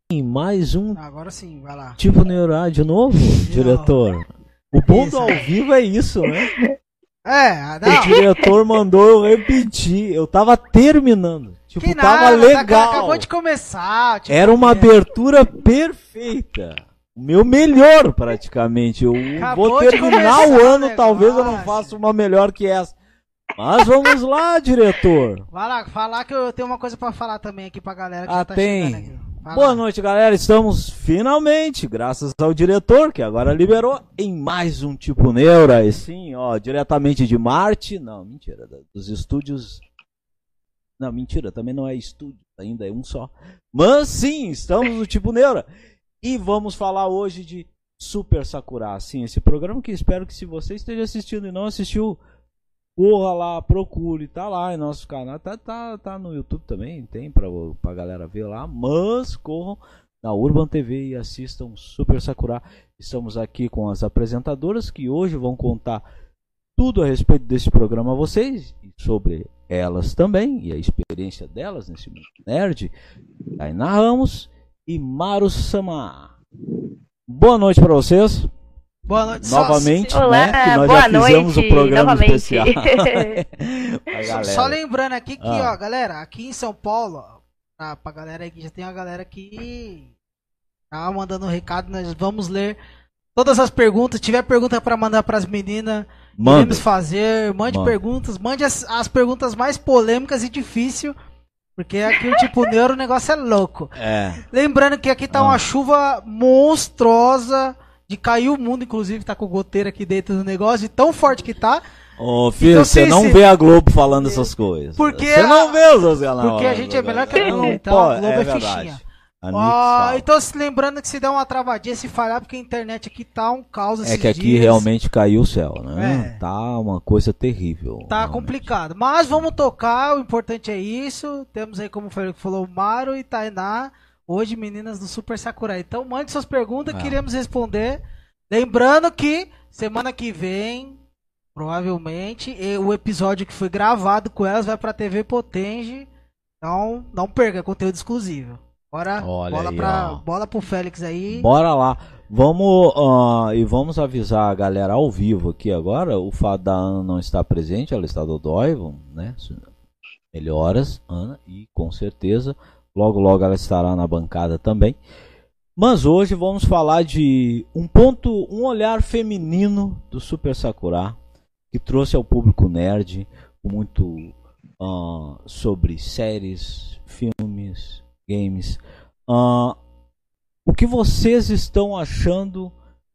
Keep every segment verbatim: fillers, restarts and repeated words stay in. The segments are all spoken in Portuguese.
Mais um Agora sim, vai lá. tipo neural de novo, diretor? O bom do ao vivo é isso, né? É, não. O diretor mandou eu repetir. Eu tava terminando. Tipo, Que tava nada, legal. acabou de começar. Tipo, Era uma abertura perfeita. O meu melhor, praticamente. Eu Acabou vou de terminar começar o ano, o talvez eu não negócio. faça uma melhor que essa. Mas vamos lá, diretor. Vai lá, falar que eu tenho uma coisa pra falar também aqui pra galera que Ah, já tá tem. chegando aqui. Vai Boa lá. noite, galera. Estamos finalmente, graças ao diretor, que agora liberou, em mais um Tipo Neura. E sim, ó, diretamente de Marte. Não, mentira, dos estúdios. Não, mentira, também não é estúdio, ainda é um só. Mas sim, estamos no Tipo Neura. E vamos falar hoje de Super Sakura. Sim, esse programa que espero que, se você esteja assistindo e não assistiu, corra lá, procure, tá lá em nosso canal, tá, tá, tá no YouTube também, tem pra, pra galera ver lá, mas corram na Urban T V e assistam Super Sakura. Estamos aqui com as apresentadoras que hoje vão contar tudo a respeito desse programa a vocês, e sobre elas também, e a experiência delas nesse mundo nerd. Tainá Ramos e Maru Sama. Boa noite pra vocês. Boa noite, novamente, só... né? Que nós boa já fizemos noite, o programa novamente. especial. só, só lembrando aqui que, ah. ó, galera, aqui em São Paulo, ó, pra, pra galera aí que já tem uma galera que tá mandando um recado, nós vamos ler todas as perguntas. Se tiver pergunta pra mandar pras meninas, iremos fazer. Mande Manda. perguntas, mande as, as perguntas mais polêmicas e difíceis. Porque aqui o Tipo Neuro, o negócio é louco. É. Lembrando que aqui tá ah. uma chuva monstruosa. De cair o mundo, inclusive, tá com goteira aqui dentro do negócio, de tão forte que tá. Ô, filho, então, você se, não se... vê a Globo falando essas coisas. Porque você não vê os canais. Porque a gente é melhor que a Globo, então Pô, a Globo é, é fichinha. Ó, então, se lembrando que se der uma travadinha, se falhar, porque a internet aqui tá um caos esses É que aqui dias. realmente caiu o céu, né? É. Tá uma coisa terrível. Tá realmente. complicado. Mas vamos tocar, o importante é isso. Temos aí, como falou o Maru e Tainá, hoje meninas do Super Sakura. Então mande suas perguntas, Ah. queremos responder. Lembrando que semana que vem, provavelmente, o episódio que foi gravado com elas vai pra T V Potenge. Então, não perca, conteúdo exclusivo. Bora, Olha bola, aí, pra, ó. bola pro Félix aí. Bora lá. Vamos, uh, e vamos avisar a galera ao vivo aqui agora. O fato da Ana não estar presente, ela está dodói, né? Melhoras, Ana, e com certeza, logo logo ela estará na bancada também. Mas hoje vamos falar de um ponto, um olhar feminino do Super Sakura, que trouxe ao público nerd muito uh, sobre séries, filmes, games. Uh, o que vocês estão achando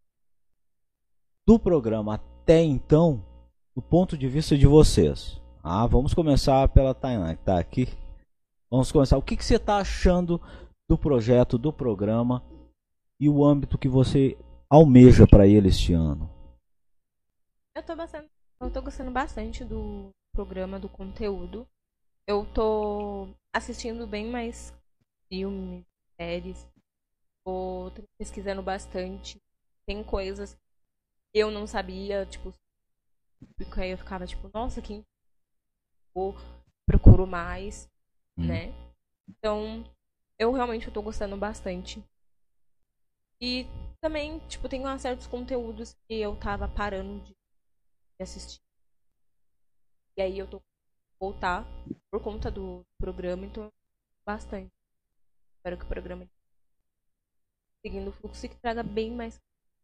do programa até então, do ponto de vista de vocês? Ah, vamos começar pela Tainá, que está aqui. Vamos começar. O que, que você está achando do projeto, do programa e o âmbito que você almeja para ele este ano? Eu tô, bastante, eu tô gostando bastante do programa, do conteúdo. Eu tô assistindo bem mais filmes, séries. Tô pesquisando bastante. Tem coisas que eu não sabia, tipo, porque aí eu ficava tipo, nossa, quem eu procuro mais, hum. né? Então, eu realmente tô gostando bastante. E também, tipo, tem certos conteúdos que eu tava parando de assistir. E aí eu tô voltar por conta do programa, então bastante. Espero que o programa seguindo o fluxo que traga bem mais.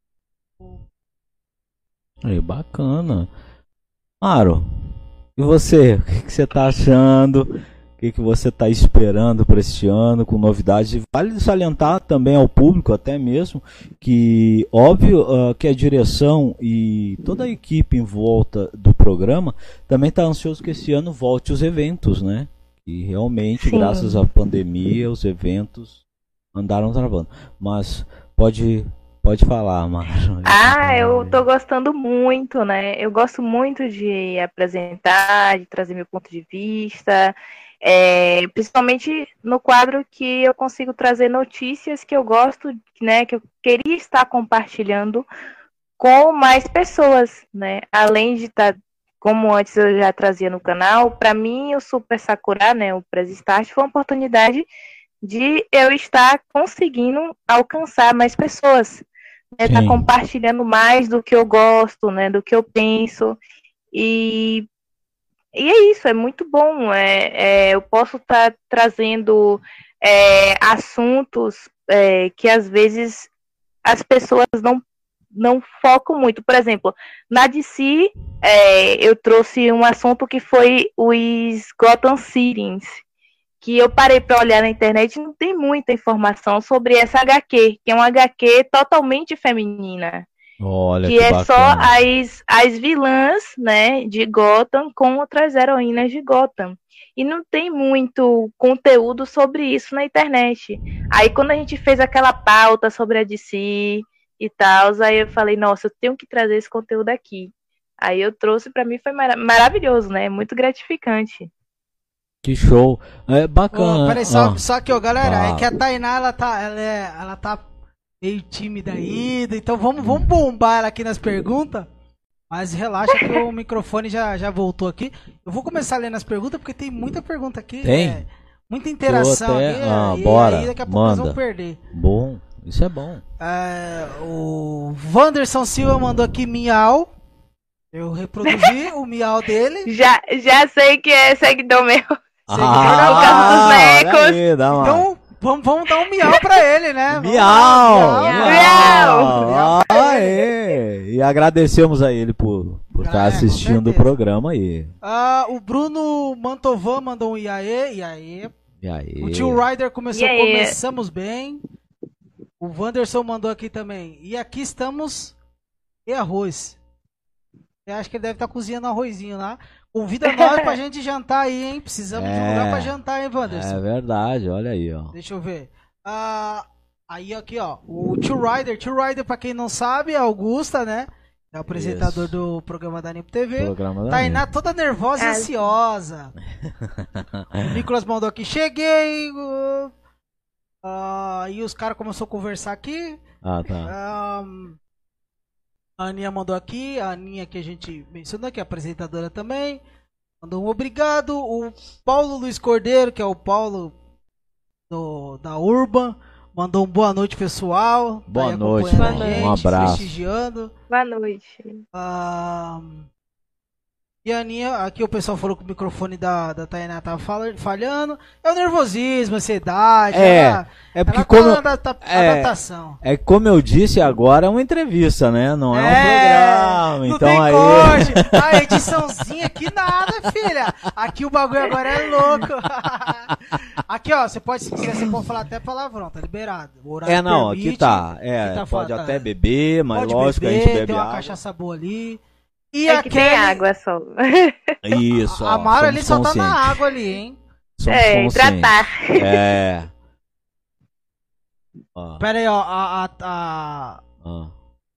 Aí, bacana. Maro, e você? O que, que você tá achando? O que, que você está esperando para este ano, com novidades? E vale salientar também ao público, até mesmo, que óbvio uh, que a direção e toda a equipe em volta do programa também está ansioso que esse ano volte os eventos, né? E realmente, Sim. graças à pandemia, os eventos andaram travando. Mas pode, pode falar, Mara. Ah, eu tô gostando muito, né? Eu gosto muito de apresentar, de trazer meu ponto de vista. É, principalmente no quadro que eu consigo trazer notícias que eu gosto, né, que eu queria estar compartilhando com mais pessoas, né, além de estar, como antes eu já trazia no canal, para mim o Super Sakura, né, o Press Start foi uma oportunidade de eu estar conseguindo alcançar mais pessoas, né? Estar Sim. compartilhando mais do que eu gosto, né? Do que eu penso. E, e é isso, é muito bom. É, é, eu posso estar trazendo é, assuntos é, que às vezes as pessoas não, não focam muito. Por exemplo, na D C, é, eu trouxe um assunto que foi os Gotham Citys, que eu parei para olhar na internet e não tem muita informação sobre essa H Q, que é uma H Q totalmente feminina. Olha Que, que é bacana. só as, as vilãs, né, de Gotham com outras heroínas de Gotham. E não tem muito conteúdo sobre isso na internet. Aí quando a gente fez aquela pauta sobre a D C e tal, aí eu falei, nossa, eu tenho que trazer esse conteúdo aqui. Aí eu trouxe, para mim foi mara maravilhoso, né? Muito gratificante. Que show. É bacana. Ô, peraí, só, Ah. só que, ó, galera, Ah. é que a Tainá, ela tá, ela, é, ela tá meio tímida ainda, então vamos, vamos bombar ela aqui nas perguntas. Mas relaxa que o microfone já, já voltou aqui. Eu vou começar lendo as perguntas, porque tem muita pergunta aqui. Tem? É, muita interação até- aqui. ah, e bora, aí daqui a pouco nós manda. vamos perder. Bom, isso é bom. É, o Wanderson Silva mandou aqui miau. Eu reproduzi o miau dele. Já, já sei que é seguidor meu. Seguidor por causa dos olha mecos. aí, dá uma... Então, vamos, vamos dar um miau pra ele, né? Vamos Miau! dar um Miau! Miau! Aê! E agradecemos a ele por, por Ah, estar é, com assistindo o certeza. programa aí. Ah, o Bruno Mantovan mandou um iaê, iaê. E aí? O tio Ryder começou, E aí? começamos bem. O Wanderson mandou aqui também. E aqui estamos e arroz. Eu acho que ele deve estar cozinhando arrozinho lá. Convida nós pra gente jantar aí, hein? Precisamos de um É. lugar pra jantar, hein, Wanderson? É verdade, olha aí, ó. Deixa eu ver. Ah, aí aqui, ó. O tio Ryder. Tio Ryder, pra quem não sabe, é Augusta, né? É o apresentador Isso. do programa da Nipo T V. Programa da Tainá Nipo. toda nervosa e Ah. ansiosa. O Nicolas mandou aqui. Cheguei. uh, ah, e os caras começaram a conversar aqui. Ah, tá. Ah, a Aninha mandou aqui. A Aninha que a gente mencionou, que é apresentadora também. Mandou um obrigado. O Paulo Luiz Cordeiro, que é o Paulo do, da Urban. Mandou um boa noite, pessoal. Tá Boa aí noite, acompanhando a mano. gente, Um abraço. prestigiando. Boa noite. Ah, e a Aninha, aqui o pessoal falou que o microfone da, da Tainá tava fala- falhando. É o nervosismo, a ansiedade. É, ela, É porque ela como, tá na adapta- é, adaptação. é como eu disse agora, é uma entrevista, né? Não é, um programa. Não Então tem aí. corte. A ediçãozinha aqui nada, filha. Aqui o bagulho agora é louco. Aqui, ó, você pode, se quiser, você pode falar até palavrão, tá liberado. O horário É, não, permite. aqui tá. É, Aqui tá pode falta- até beber, mas Pode lógico beber, que a gente bebe tem uma água. cachaça boa ali. E É a que tem Kelly- água só. Isso, A ó, Mara ali somos só tá na conscientes. água ali, hein? Somos É, conscientes. hidratar. É. Ó, Pera aí, ó. A, a, a ó.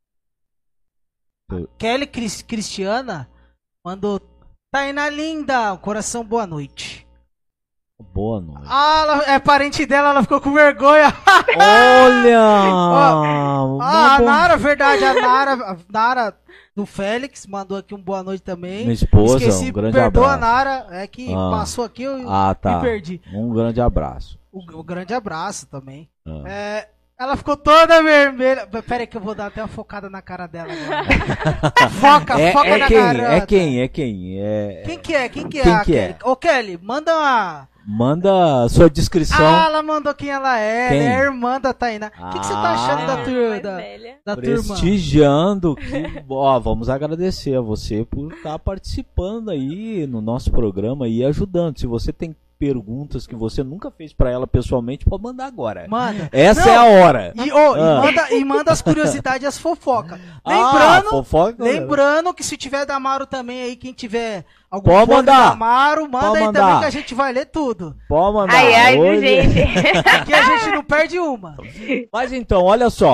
Kelly Cris- Cristiana mandou. Tainá linda, coração, boa noite. Boa noite. Ah, ela, é parente dela, ela ficou com vergonha. Olha! Ah, a uma Nara, verdade, a Nara, a Nara do Félix mandou aqui um boa noite também. Minha esposa, Esqueci, um grande perdoa abraço. a Nara, é que Ah. passou aqui, eu Ah, tá. me perdi. Um grande abraço. O, o grande abraço também. Ah. É, ela ficou toda vermelha. Pera aí que eu vou dar até uma focada na cara dela agora. Foca, É, foca é na quem? garota. É quem? É quem? É... Quem que é? Quem que é Quem a que Kelly? é? Ô Kelly, manda uma... Manda sua descrição. Ah, ela mandou quem ela é, Quem? né? É a irmã da Tainá. O que, que você tá achando da, Ah. tur mais da, velha. da turma? Prestigiando. Que, ó, vamos agradecer a você por estar participando aí no nosso programa e ajudando. Se você tem perguntas que você nunca fez pra ela pessoalmente, pode mandar agora. Manda. Essa Não, é a hora. E, ô, e Ah. manda, e manda as curiosidades e as fofocas. Ah, Lembrando, fofoca, lembrando que se tiver da Amaro também aí, quem tiver algum Pode podre mandar. da Amaro, manda Pode aí mandar. também que a gente vai ler tudo. Pode mandar. Ai, ai, viu, Hoje- gente? Aqui a gente não perde uma. Mas então, olha só.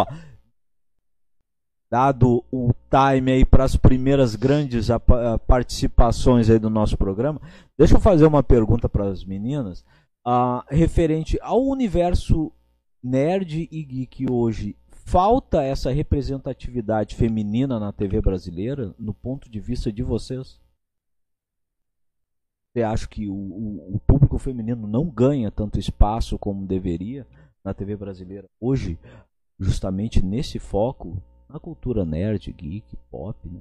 Dado o time aí para as primeiras grandes apa- participações aí do nosso programa, deixa eu fazer uma pergunta para as meninas, ah, referente ao universo nerd e geek hoje. Falta essa representatividade feminina na T V brasileira, no ponto de vista de vocês? você acha que o, o, o público feminino não ganha tanto espaço como deveria na T V brasileira hoje, justamente nesse foco na cultura nerd, geek, pop, né?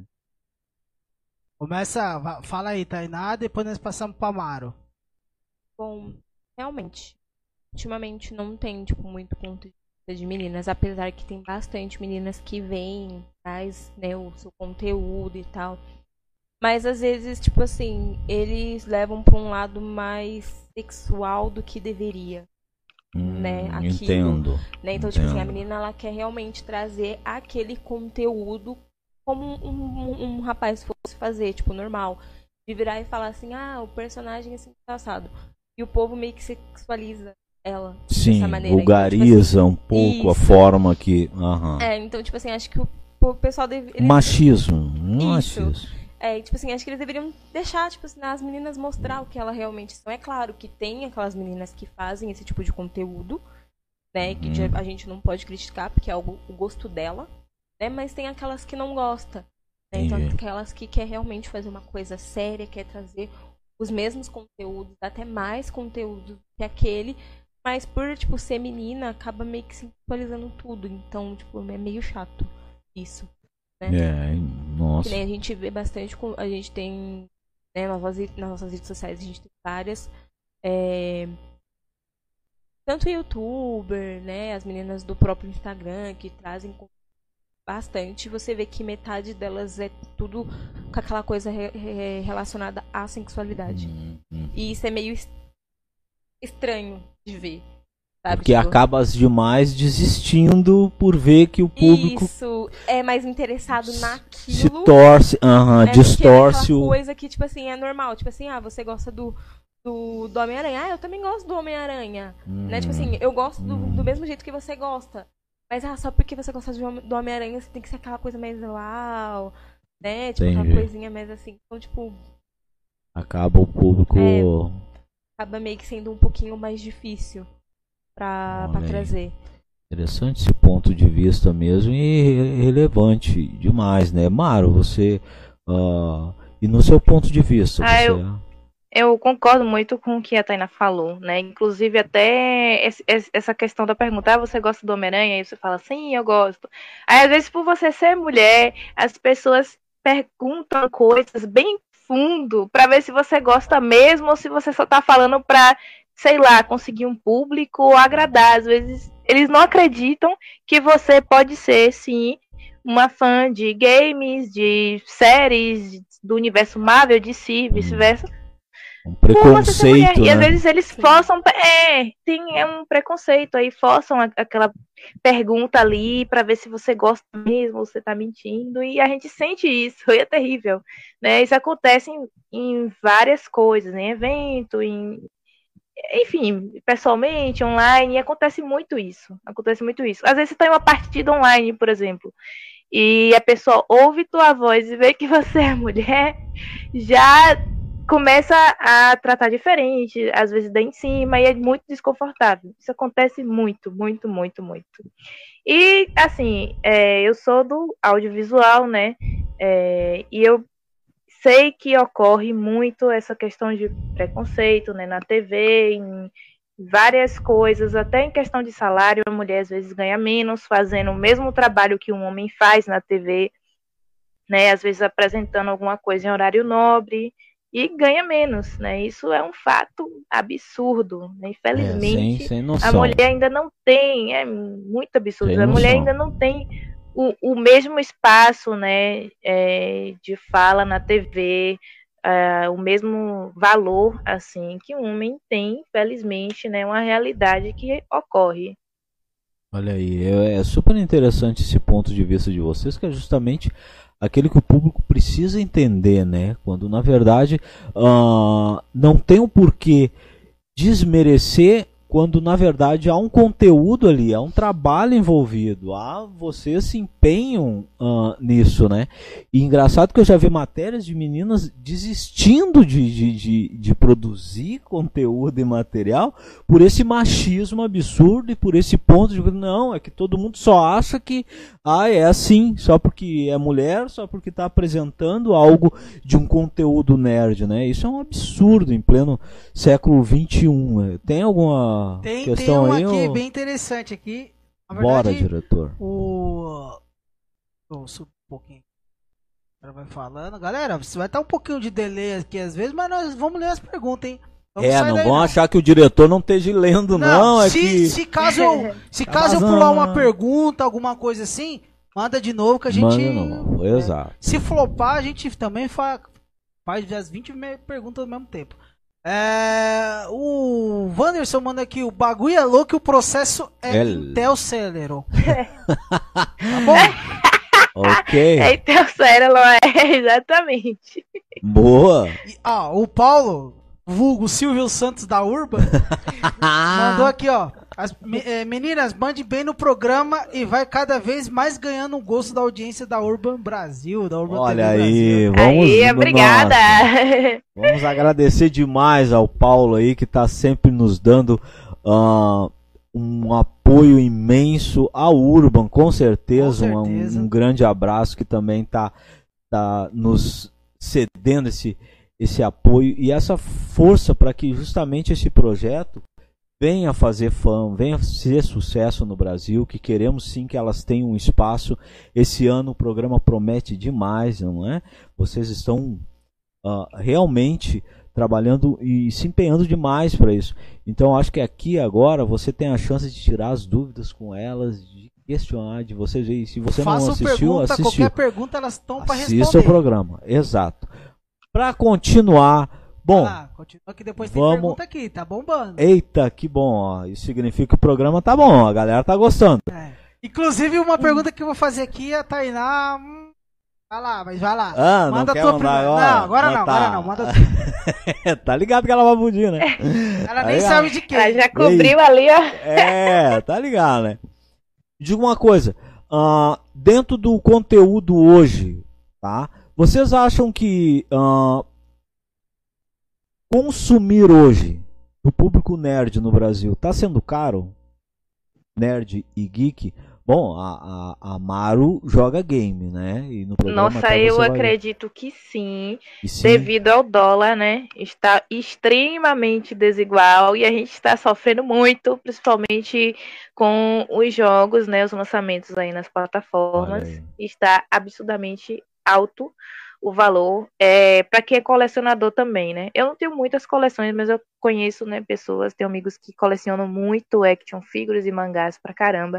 Começa, va- fala aí, Tainá, depois nós passamos pra Maro. Bom, realmente, ultimamente não tem, tipo, muito conteúdo de meninas, apesar que tem bastante meninas que vêm, traz, né, o seu conteúdo e tal. Mas às vezes, tipo assim, eles levam pra um lado mais sexual do que deveria. Hum, Né, aquilo, entendo. Né? Então, tipo assim, a entendo. menina ela quer realmente trazer aquele conteúdo como um, um, um rapaz fosse fazer, tipo, normal. De virar e falar assim, ah, o personagem é assim, engraçado. E o povo meio que sexualiza ela Sim, dessa maneira. vulgariza Então, um pouco a isso. forma que... aham. é, então, tipo assim, acho que o, o pessoal deve. eles- Machismo. Isso. Machismo. É, tipo assim, acho que eles deveriam deixar, tipo assim, as meninas mostrar o que elas realmente são. É claro que tem aquelas meninas que fazem esse tipo de conteúdo, né? Que Uhum. a gente não pode criticar, porque é o, o gosto dela, né? Mas tem aquelas que não gostam. Né? Então, Entendi. aquelas que quer realmente fazer uma coisa séria, quer trazer os mesmos conteúdos, até mais conteúdo que aquele, mas por, tipo, ser menina, acaba meio que sensualizando tudo. Então, tipo, é meio chato isso. Né? É, nossa. Que nem a gente vê bastante, com- a gente tem, né, nas nossas, nas nossas redes sociais, a gente tem várias, é, tanto youtuber, né, as meninas do próprio Instagram, que trazem con- bastante, você vê que metade delas é tudo com aquela coisa re- re- relacionada à sexualidade. Hum, hum. E isso é meio es- estranho de ver, sabe? Porque Tipo, acabas demais desistindo por ver que o público isso é mais interessado se naquilo. torce, aham, É, do que distorce aquela o... coisa que, tipo assim, é normal. Tipo assim, ah, você gosta do, do, do Homem-Aranha. Ah, eu também gosto do Homem-Aranha. Né? Tipo assim, eu gosto do, do mesmo jeito que você gosta. Mas, ah, só porque você gosta de Hom- do Homem-Aranha, você tem que ser aquela coisa mais uau, né? Tipo, aquela Entendi. coisinha mais assim. Então, tipo, Acaba o público... É. acaba meio que sendo um pouquinho mais difícil pra, pra Olha aí. trazer. Interessante esse ponto de vista mesmo e relevante demais, né? Maro, você... ah, e no seu ponto de vista, Ah, você... eu- Eu concordo muito com o que a Taina falou, né? Inclusive, até esse- esse- essa questão da pergunta, ah, você gosta do Homem-Aranha? Aí você fala, sim, eu gosto. Aí, às vezes, por você ser mulher, as pessoas perguntam coisas bem fundo pra ver se você gosta mesmo ou se você só tá falando pra, sei lá, conseguir um público ou agradar. Às vezes, eles não acreditam que você pode ser, sim, uma fã de games, de séries, do universo Marvel, D C, vice-versa. um Por você ser mulher. preconceito, E às né? vezes eles Sim. forçam. É, tem é um preconceito aí, forçam a- aquela pergunta ali pra ver se você gosta mesmo, ou você tá mentindo. E a gente sente isso, e é terrível. Né? Isso acontece em, em várias coisas, em evento, em. Enfim, pessoalmente, online, e acontece muito isso. Acontece muito isso. Às vezes você tá em uma partida online, por exemplo, e a pessoa ouve tua voz e vê que você é mulher, já começa a tratar diferente, às vezes dá em cima, e é muito desconfortável. Isso acontece muito, muito, muito, muito. E, assim, é, eu sou do audiovisual, né? É, e eu sei que ocorre muito essa questão de preconceito, né, na T V, em várias coisas, até em questão de salário, a mulher às vezes ganha menos fazendo o mesmo trabalho que um homem faz na T V, né, às vezes apresentando alguma coisa em horário nobre e ganha menos, né? Isso é um fato absurdo, né? É, Infelizmente, sem, sem a noção. mulher ainda não tem, é muito absurdo, Sem a mulher noção. ainda não tem o, o mesmo espaço, né, é, de fala na T V, é, o mesmo valor, assim, que o homem tem, infelizmente, né, uma realidade que ocorre. Olha aí, é, é super interessante esse ponto de vista de vocês, que é justamente aquele que o público precisa entender, né? Quando na verdade ah, não tem o porquê desmerecer quando na verdade há um conteúdo ali, há um trabalho envolvido, há vocês se empenham uh, nisso, né? E engraçado que eu já vi matérias de meninas desistindo de, de, de, de produzir conteúdo e material por esse machismo absurdo e por esse ponto de não, é que todo mundo só acha que ah, é assim, só porque é mulher, só porque está apresentando algo de um conteúdo nerd, né? Isso é um absurdo em pleno século vinte e um. Tem alguma Tem, questão tem um aí? aqui ou... bem interessante aqui. Na Bora, verdade, diretor. O... Vou subir um pouquinho. Agora vai falando. Galera, você vai estar um pouquinho de delay aqui às vezes, mas nós vamos ler as perguntas, hein? Vamos É, sair não daí, vão achar que o diretor não esteja lendo, não. é se, que... se caso eu, se Tá caso eu vazando, pular uma né? pergunta, alguma coisa assim, manda de novo que a gente... Manda não, é, exato. Se flopar, a gente também fa... faz as vinte me- perguntas ao mesmo tempo. É, o Wanderson manda aqui, o bagulho é louco e o processo é El- Intel Celeron. Tá bom? Ok, É, então, sério, é exatamente. boa. E, ah, o Paulo, vulgo Silvio Santos da Urban, mandou aqui, ó. As, me- eh, meninas, mande bem no programa e vai cada vez mais ganhando o gosto da audiência da Urban Brasil, da Urban Olha T V aí, Brasil. vamos... Aí, obrigada. Nossa, vamos agradecer demais ao Paulo aí, que está sempre nos dando ah, um apoio imenso ao Urban, com certeza, Com um- certeza. Um, grande abraço, que também está tá nos cedendo esse, esse apoio e essa força para que justamente esse projeto venha fazer fã, venha ser sucesso no Brasil, que queremos sim que elas tenham um espaço. Esse ano o programa promete demais, não é? Vocês estão uh, realmente trabalhando e se empenhando demais para isso. Então acho que aqui agora você tem a chance de tirar as dúvidas com elas, de questionar, de vocês verem. Se você Façam não assistiu, pergunta, assistiu. qualquer pergunta elas estão para Assista o responder. programa, exato. Para continuar, bom, Ah, continua que depois tem vamos- pergunta aqui, tá bombando. eita, que bom, ó. Isso significa que o programa tá bom, a galera tá gostando. É. Inclusive, uma pergunta que eu vou fazer aqui, a Tainá... hum, vai lá, mas vai lá. Ah, Manda não a quer tua mandar primeira. agora? Não, agora Mas não, tá. agora não. Manda tu. Tá ligado que ela vai budir, né? Ela nem Aí, ó. sabe de quem. Ela já cobriu ali, ó. É, tá ligado, né? Diga uma coisa, ah, dentro do conteúdo hoje, tá? Vocês acham que ah, consumir hoje, o público nerd no Brasil, tá sendo caro? Nerd e geek? Bom, a, a, a Maru joga game, né? E no programa Nossa, até eu você vai- acredito que sim, E sim, devido ao dólar, né? Está extremamente desigual e a gente está sofrendo muito, principalmente com os jogos, né? Os lançamentos aí nas plataformas. Olha aí. Está absurdamente alto o valor. É, para quem é colecionador também, né? Eu não tenho muitas coleções, mas eu conheço, né, pessoas, tenho amigos que colecionam muito action figures e mangás pra caramba.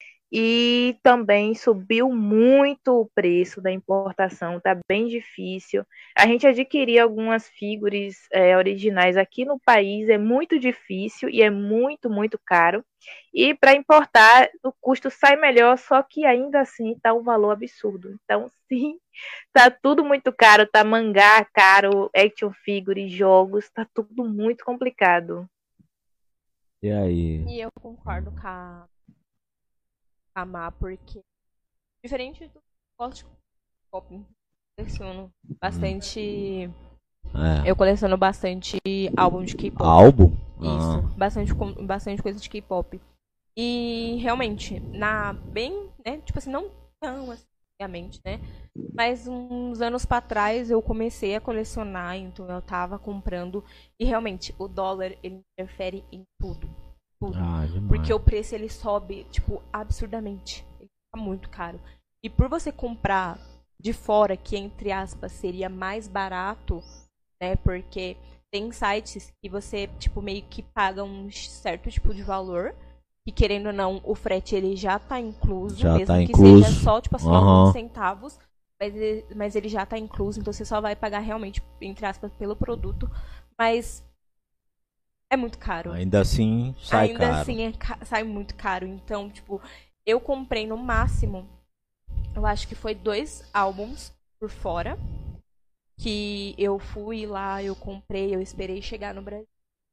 E também subiu muito o preço da importação, tá bem difícil. A gente adquirir algumas figuras é, originais aqui no país é muito difícil e é muito, muito caro. E para importar, o custo sai melhor, só que ainda assim tá um valor absurdo. Então, sim, tá tudo muito caro, tá mangá caro, action figure, jogos, tá tudo muito complicado. E aí? E eu concordo com a, com a Má, porque diferente do gosto de pop, eu coleciono bastante. É. Eu coleciono bastante álbum de K-pop. Álbum? Isso, Ah. bastante, com- bastante coisa de K-pop. E realmente, na bem, né, tipo assim, não tão assim, obviamente, né? Mas uns anos pra trás eu comecei a colecionar, então eu tava comprando. E realmente, o dólar, ele interfere em tudo. Tudo. Ah, demais. Porque o preço, ele sobe, tipo, absurdamente. Ele fica muito caro. E por você comprar de fora, que entre aspas seria mais barato, né? Porque tem sites que você, tipo, meio que paga um certo tipo de valor. E querendo ou não, o frete ele já tá incluso, Já mesmo tá que incluso. seja só, tipo assim, Aham. alguns centavos. Mas ele, mas ele já tá incluso, então você só vai pagar realmente, entre aspas, pelo produto. Mas é muito caro. Ainda assim, sai Ainda caro. assim é ca- sai muito caro. Então, tipo, eu comprei no máximo, eu acho que foi dois álbuns por fora. Que eu fui lá, eu comprei, eu esperei chegar no Brasil.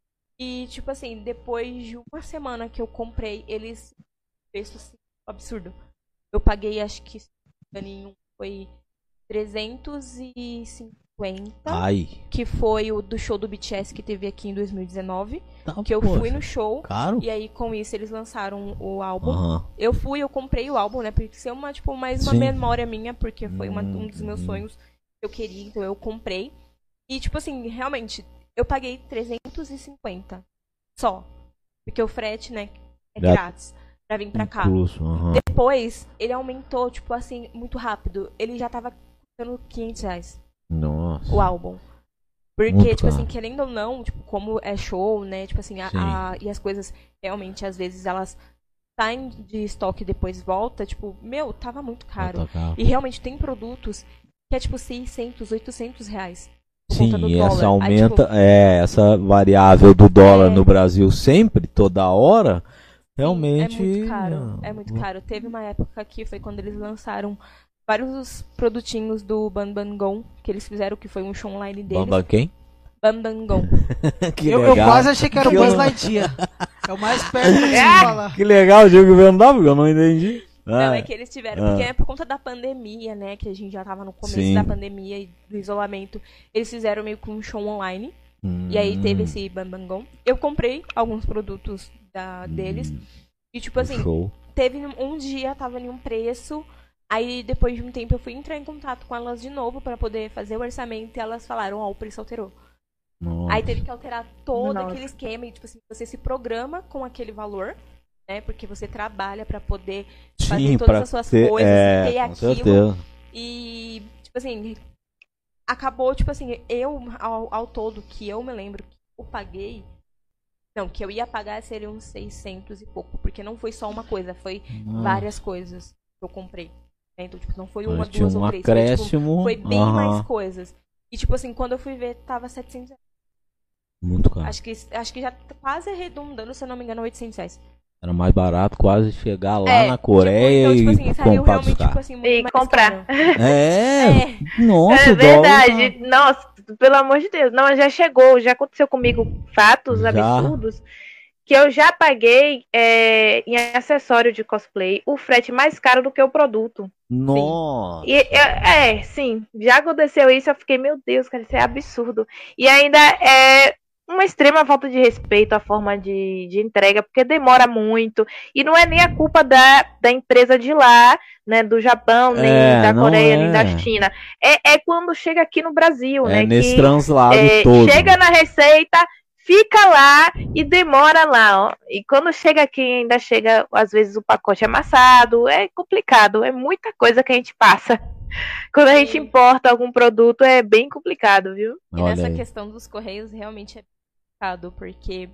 E, tipo assim, depois de uma semana que eu comprei, eles... Preço assim, absurdo. Eu paguei, acho que, se não me engano, foi trezentos e cinquenta. Ai. Que foi o do show do B T S que teve aqui em dois mil e dezenove. Tá, Que eu poxa. fui no show. Caro? E aí, com isso, eles lançaram o álbum. Aham. Eu fui, eu comprei o álbum, né? Porque ser uma, tipo, mais uma Sim. memória minha, porque foi uma, um dos meus Hum. sonhos que eu queria, então eu comprei. E, tipo assim, realmente, eu paguei trezentos e cinquenta só. Porque o frete, né, é Já- grátis pra vir pra cá. Incluso, aham. Depois, ele aumentou, tipo assim, muito rápido. Ele já tava custando quinhentos reais Nossa. o álbum. Porque, Muito tipo caro. assim, querendo ou não, tipo, como é show, né? Tipo assim, a, Sim. a- e as coisas realmente, às vezes, elas saem de estoque e depois volta, tipo, meu, tava muito caro. Tá caro. E realmente tem produtos que é tipo seiscentos, oitocentos reais. por Sim, conta do e essa dólar. Aí, aumenta, tipo, é, essa variável do dólar É. no Brasil sempre, toda hora, realmente... é muito caro. É muito caro. Teve uma época que foi quando eles lançaram vários produtinhos do Banbangon, que eles fizeram, que foi um show online deles. Bamba quem? Banbangon. Que Eu, eu legal. quase achei que era o Que Buzz eu- Lightyear. É o mais perto que eu Ah! consigo falar. Que legal o jogo B M W, eu não entendi. Não, Ah, é que eles tiveram, Ah. porque é por conta da pandemia, né, que a gente já tava no começo Sim. da pandemia e do isolamento, eles fizeram meio que um show online, hum, e aí teve esse Banbangon. Eu comprei alguns produtos da, deles, e tipo assim, Show. teve um dia, tava em um preço, aí depois de um tempo eu fui entrar em contato com elas de novo pra poder fazer o orçamento, e elas falaram, ó, o preço alterou. Nossa. Aí teve que alterar todo Nossa. aquele esquema, e tipo assim, você se programa com aquele valor, né, porque você trabalha pra poder fazer Sim, todas pra as suas ter, coisas, é, ter com aquilo. certeza. E, tipo assim, acabou, tipo assim, eu, ao, ao todo, que eu me lembro que eu paguei, não, que eu ia pagar seriam uns seiscentos e pouco, porque não foi só uma coisa, foi Nossa. várias coisas que eu comprei. Né? Então, tipo, não foi Mas uma, tinha duas um ou três, foi, tipo, acréscimo. foi bem aham. mais coisas. E, tipo assim, quando eu fui ver, tava setecentos reais. Muito caro. Acho que, acho que já tá quase arredondando, se eu não me engano, oitocentos reais. Era mais barato quase chegar lá É, na Coreia tipo, então, tipo assim, e saiu comprar dos realmente, tipo caras. assim, muito E mais comprar. caro. É, É. nossa, É o dólar tá- verdade. Nossa, pelo amor de Deus. Não, já chegou, já aconteceu comigo fatos Já. absurdos que eu já paguei é, em acessório de cosplay o frete mais caro do que o produto. Nossa. E, é, é, sim, já aconteceu isso, eu fiquei, meu Deus, cara, isso é absurdo. E ainda é uma extrema falta de respeito à forma de, de entrega, porque demora muito, e não é nem a culpa da, da empresa de lá, né, do Japão, nem É, da não Coreia, é. nem da China. É, é quando chega aqui no Brasil, É né, nesse que translado é, todo. chega na receita, fica lá e demora lá, ó. E quando chega aqui, ainda chega, às vezes, o pacote amassado. É complicado, é muita coisa que a gente passa. Quando a gente Sim. importa algum produto, é bem complicado, viu? E Olha nessa aí. questão dos correios realmente é complicado, porque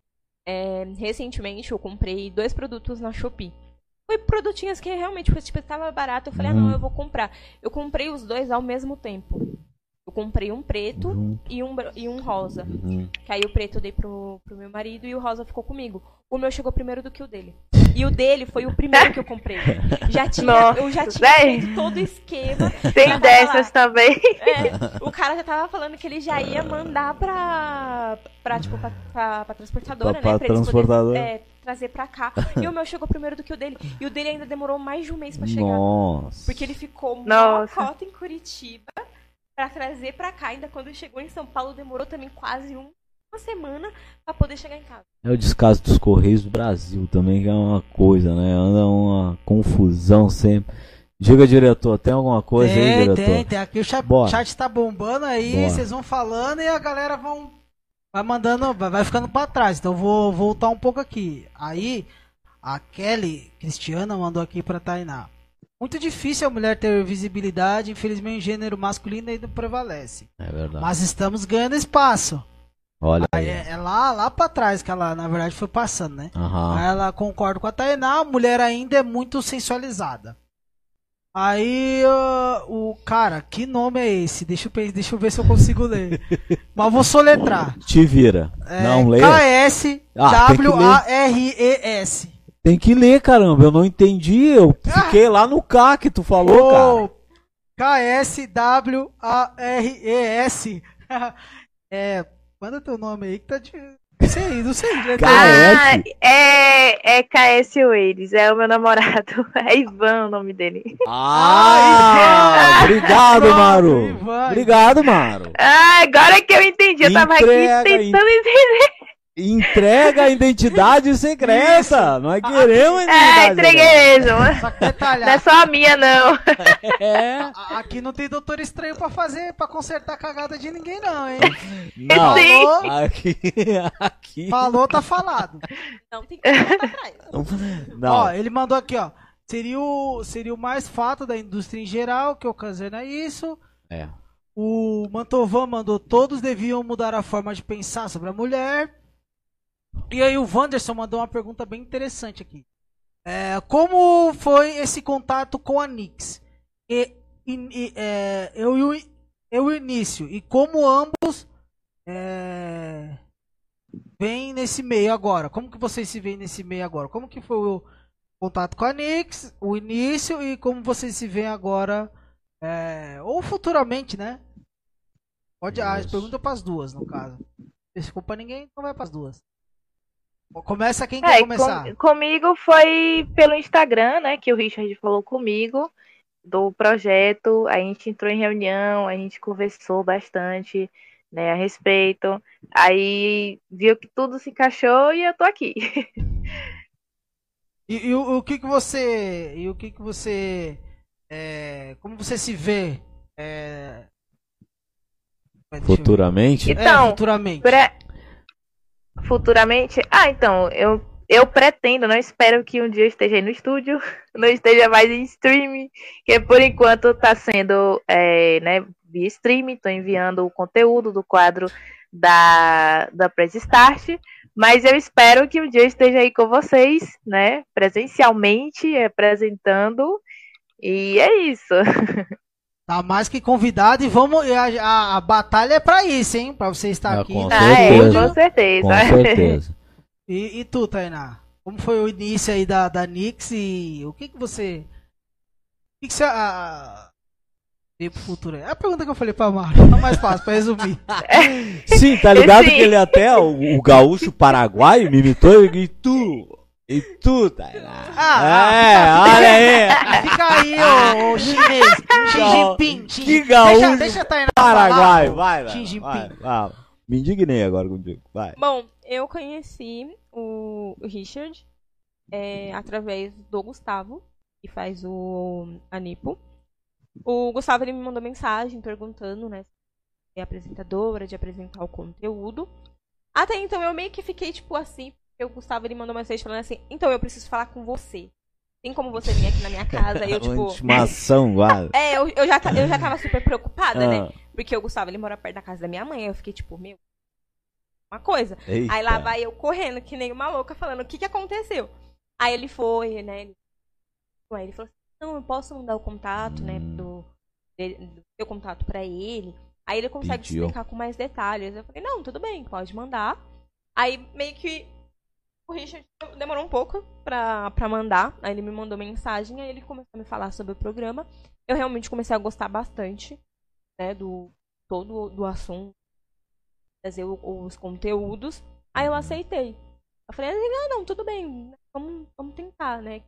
é, recentemente eu comprei dois produtos na Shopee. Foi produtinhos que realmente tipo, estava barato. Eu falei, ah, Uhum. não, eu vou comprar. Eu comprei os dois ao mesmo tempo. Eu comprei um preto Uhum, e, um, bra- e um rosa. uhum. Que aí o preto eu dei pro, pro meu marido e o rosa ficou comigo. O meu chegou primeiro do que o dele. E o dele foi o primeiro que eu comprei. Já tinha, Nossa, eu já tinha véi. feito todo o esquema. Tem Já tava dessas lá. também. É, o cara já tava falando que ele já ia mandar pra, pra tipo, pra, pra, pra transportadora, Pra- né? pra Pra eles transportadora. poderem, é, trazer pra cá. E o meu chegou primeiro do que o dele. E o dele ainda demorou mais de um mês pra chegar. Nossa. Porque ele ficou uma Nossa. cota em Curitiba pra trazer pra cá. Ainda quando chegou em São Paulo, demorou também quase um- uma semana pra poder chegar em casa. É o descaso dos Correios do Brasil também, que é uma coisa, né? Anda uma confusão sempre. Diga, diretor, tem alguma coisa aí, Tem, diretor? tem, tem. Aqui o chat, Bora. chat tá bombando aí, Bora. vocês vão falando e a galera vão vai mandando, vai, vai ficando pra trás. Então eu vou voltar um pouco aqui. Aí a Kelly Cristiana mandou aqui pra Tainá. Muito difícil a mulher ter visibilidade, infelizmente o gênero masculino ainda prevalece. É verdade. Mas estamos ganhando espaço. Olha Aí aí. é, é lá, lá pra trás que ela, na verdade, foi passando, né? Aham. Aí ela concorda com a Tainá, a mulher ainda é muito sensualizada. Aí uh, o cara, que nome é esse? Deixa eu, pe- deixa eu ver se eu consigo ler. Mas vou soletrar. Te vira. É, Não lê? K S Ah, tem que W A R E S. Tem que ler, caramba. Eu não entendi. Eu fiquei lá no K que tu falou, cara. Ô, K S W A R E S. É, manda teu nome aí que tá de... Não sei, não sei. né? K Ah, S? é, é K S Waves, é o meu namorado. É Ivan o nome dele. Ah, obrigado, Pronto, Maru. Ivan. Obrigado, Maru. Ah, agora que eu entendi. Eu tava Entrega, aqui tentando entender. Entrega a identidade secreta. Nós queremos a É, identidade entreguei mesmo. Só que Não é detalhar, só a minha, não. secreta. É. a- aqui não tem doutor estranho pra fazer, pra consertar a cagada de ninguém não, hein? Não, Sim. aqui, aqui. Falou, tá falado. Não tem que voltar atrás. Não. Ó, ele mandou aqui, ó. Seria o, seria o mais fato da indústria em geral que ocasiona isso. É. O Mantovan mandou: todos deviam mudar a forma de pensar sobre a mulher. E aí o Wanderson mandou uma pergunta bem interessante aqui. É, como foi esse contato com a Nix? E, e, e, é, eu, e o, eu e o início. E como ambos é, vêm nesse meio agora? Como que vocês se veem nesse meio agora? Como que foi o contato com a Nix, o início, e como vocês se veem agora, é, ou futuramente, né? Pode, a Isso. pergunta é para as duas, no caso. Se ficou pra ninguém, então vai para as duas. Começa quem É, quer começar. com- comigo foi pelo Instagram, né? Que o Richard falou comigo do projeto. A gente entrou em reunião, a gente conversou bastante, né, a respeito. Aí viu que tudo se encaixou e eu tô aqui. E, e o, o que que você, e o que que você, é, como você se vê? É, deixa eu ver. Futuramente? É, Então, futuramente. Pre- Futuramente? Ah, então, eu, eu pretendo, não espero que um dia eu esteja aí no estúdio, não esteja mais em streaming, que por enquanto tá sendo, é, né, via streaming, tô enviando o conteúdo do quadro da, da Press Start, mas eu espero que um dia eu esteja aí com vocês, né, presencialmente, apresentando, e é isso. Tá mais que convidado e vamos, e a, a, a batalha é pra isso, hein? Pra você estar Ah, aqui. com no Ah, é, certeza. com certeza. Com certeza. E, e tu, Tainá? Como foi o início aí da, da Nix e o que que você... O que que você... A, veio pro futuro aí? É a pergunta que eu falei pra Mara. É mais fácil, pra resumir. Sim, tá ligado Sim. que ele até, o, o gaúcho paraguaio, me imitou e tu. E tu, Tainá. Ah, é, ah, olha aí. Fica aí, ô, ô chinês. Xi Gal- Jinping. Xi- que deixa, gaúcho deixa a Tainá Paraguai, falar, ô, vai, Xi vai, Jinping. vai, vai. Me indignei agora contigo, vai. Bom, eu conheci o Richard é, através do Gustavo, que faz o Anipo. O Gustavo ele me mandou mensagem perguntando, né, se é apresentadora, de apresentar o conteúdo. Até então eu meio que fiquei tipo assim, porque o Gustavo ele mandou mensagem falando assim: então eu preciso falar com você. Tem como você vir aqui na minha casa? E eu tipo. Uma intimação, guarda. É, eu, eu, já, ta- eu já tava super preocupada, né? Ah, Porque o Gustavo ele mora perto da casa da minha mãe. Aí eu fiquei tipo, meu, uma coisa. eita. Aí lá vai eu correndo, que nem uma louca, falando o que que aconteceu. Aí ele foi, né? Ele, aí ele falou assim: não, eu posso mandar o contato, né? Hum. Do, de- do seu contato pra ele. Aí ele consegue Pediu. explicar com mais detalhes. Eu falei: não, tudo bem, pode mandar. Aí meio que o Richard demorou um pouco pra, pra mandar. Aí ele me mandou mensagem, aí ele começou a me falar sobre o programa. Eu realmente comecei a gostar bastante, né? Do todo do assunto, trazer o- os conteúdos. Aí eu aceitei. Eu falei: ah, não, tudo bem, vamos, vamos tentar, né?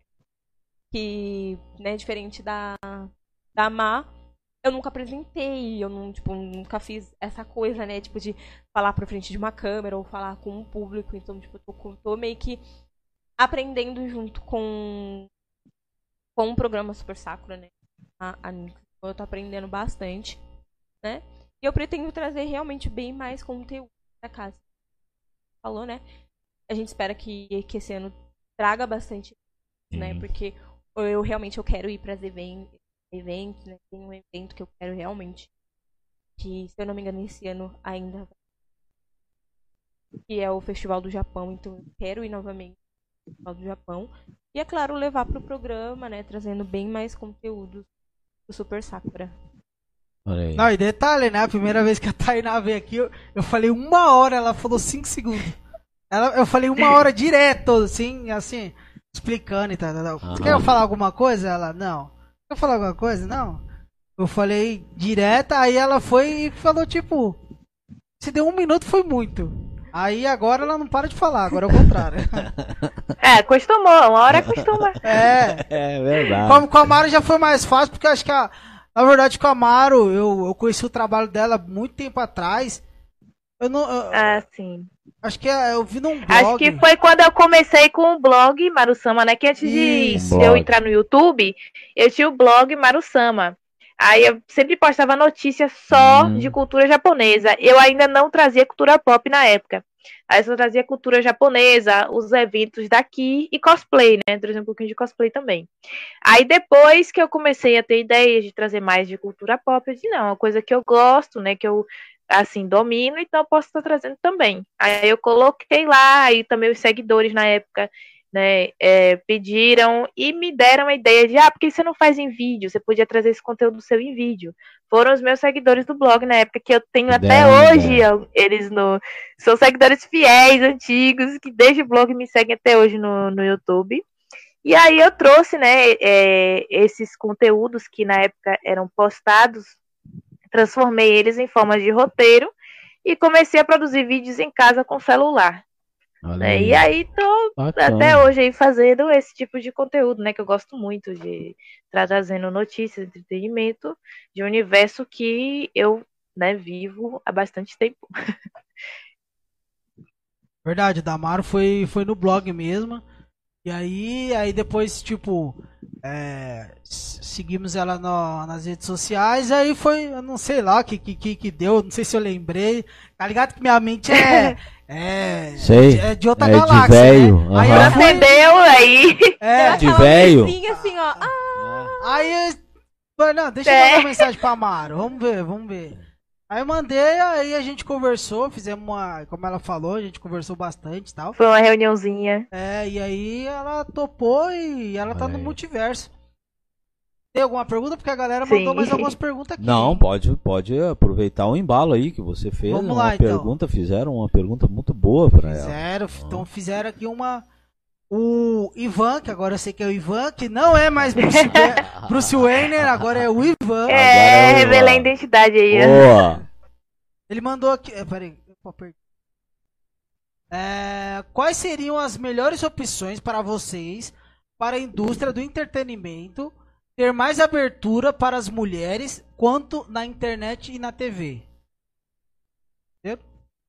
Que, né, diferente da, da Má, eu nunca apresentei, eu não, tipo, nunca fiz essa coisa, né, tipo, de falar pra frente de uma câmera ou falar com um público. Então, tipo, eu tô, com- tô meio que aprendendo junto com, com o programa Super Sakura, né? A, a Nix. Então, eu tô aprendendo bastante, né? E eu pretendo trazer realmente bem mais conteúdo pra casa. Falou, né? A gente espera que, que esse ano traga bastante, né? Uhum. Porque eu realmente eu quero ir para even- eventos, né? Tem um evento que eu quero realmente, que se eu não me engano esse ano ainda vai, que é o Festival do Japão. Então eu quero ir novamente ao Festival do Japão. E é claro, levar pro programa, né? Trazendo bem mais conteúdos do Super Sakura. Olha aí. Não, e detalhe, né? A primeira vez que a Tainá veio aqui, eu, eu falei uma hora, ela falou cinco segundos. Ela, eu falei uma hora direto, assim, assim, explicando e tal. tal, tal. Aham. Você quer eu falar alguma coisa? Ela, não. Quer eu falar alguma coisa? Não. Eu falei direta, aí ela foi e falou, tipo, se deu um minuto foi muito. Aí agora ela não para de falar, agora é o contrário. É, acostumou, uma hora acostuma. É. É verdade. Como com a Amaro já foi mais fácil, porque acho que a, na verdade com a Amaro, eu, eu conheci o trabalho dela muito tempo atrás. Eu não. Eu, Ah, sim. acho que é, eu vi num blog. Acho que foi quando eu comecei com o blog Marusama, né? Que antes de Isso. eu entrar no YouTube, eu tinha o blog Marusama. Aí eu sempre postava notícias só Hum. de cultura japonesa. Eu ainda não trazia cultura pop na época. Aí eu só trazia cultura japonesa, os eventos daqui e cosplay, né? Trazia um pouquinho de cosplay também. Aí depois que eu comecei a ter ideias de trazer mais de cultura pop, eu disse, não, é uma coisa que eu gosto, né? Que eu, assim, domino, então eu posso estar trazendo também. Aí eu coloquei lá, aí também os seguidores na época, né, é, pediram e me deram a ideia de, ah, por que você não faz em vídeo? Você podia trazer esse conteúdo seu em vídeo. Foram os meus seguidores do blog na época, que eu tenho Que até deram hoje, ideia. eu- eles no, são seguidores fiéis, antigos, que desde o blog me seguem até hoje no, no YouTube. E aí eu trouxe, né, é, esses conteúdos que na época eram postados, transformei eles em forma de roteiro e comecei a produzir vídeos em casa com celular. Olha Né? aí. E aí tô Bacana. até hoje aí fazendo esse tipo de conteúdo, né? Que eu gosto muito de estar trazendo notícias, entretenimento de um universo que eu, né, vivo há bastante tempo. Verdade, da Amaro foi, foi no blog mesmo. E aí, aí depois, tipo, é, s- seguimos ela no- nas redes sociais. Aí foi, eu não sei lá o que, que, que que deu, não sei se eu lembrei. Tá ligado que minha mente é. É, Sei. é de outra É de galáxia. véio, Né? Aí aham. eu fui. Acendeu aí. É, De Aquela véio. luzinha assim, ó. Ah, aí. Falei, não, deixa eu É. mandar mensagem pra Amaro. Vamos ver, vamos ver. Aí eu mandei, aí a gente conversou, fizemos uma. Como ela falou, a gente conversou bastante e tal. Foi uma reuniãozinha. É, e aí ela topou e ela tá Olha no aí. multiverso. Tem alguma pergunta? Porque a galera Sim. mandou mais algumas perguntas aqui. Não, hein? pode, pode aproveitar o embalo aí que você fez. Vamos uma lá, então. pergunta, fizeram uma pergunta muito boa pra ela. Fizeram, então fizeram aqui uma. O Ivan, que agora eu sei que é o Ivan, que não é mais Bruce, Wa- Bruce Wayne, agora é o Ivan. Agora É, eu- revelei a identidade aí. ó. Boa. Ele mandou aqui. é, Peraí, eu perdi. É, quais seriam as melhores opções para vocês para a indústria do entretenimento ter mais abertura para as mulheres quanto na internet e na T V? Entendeu?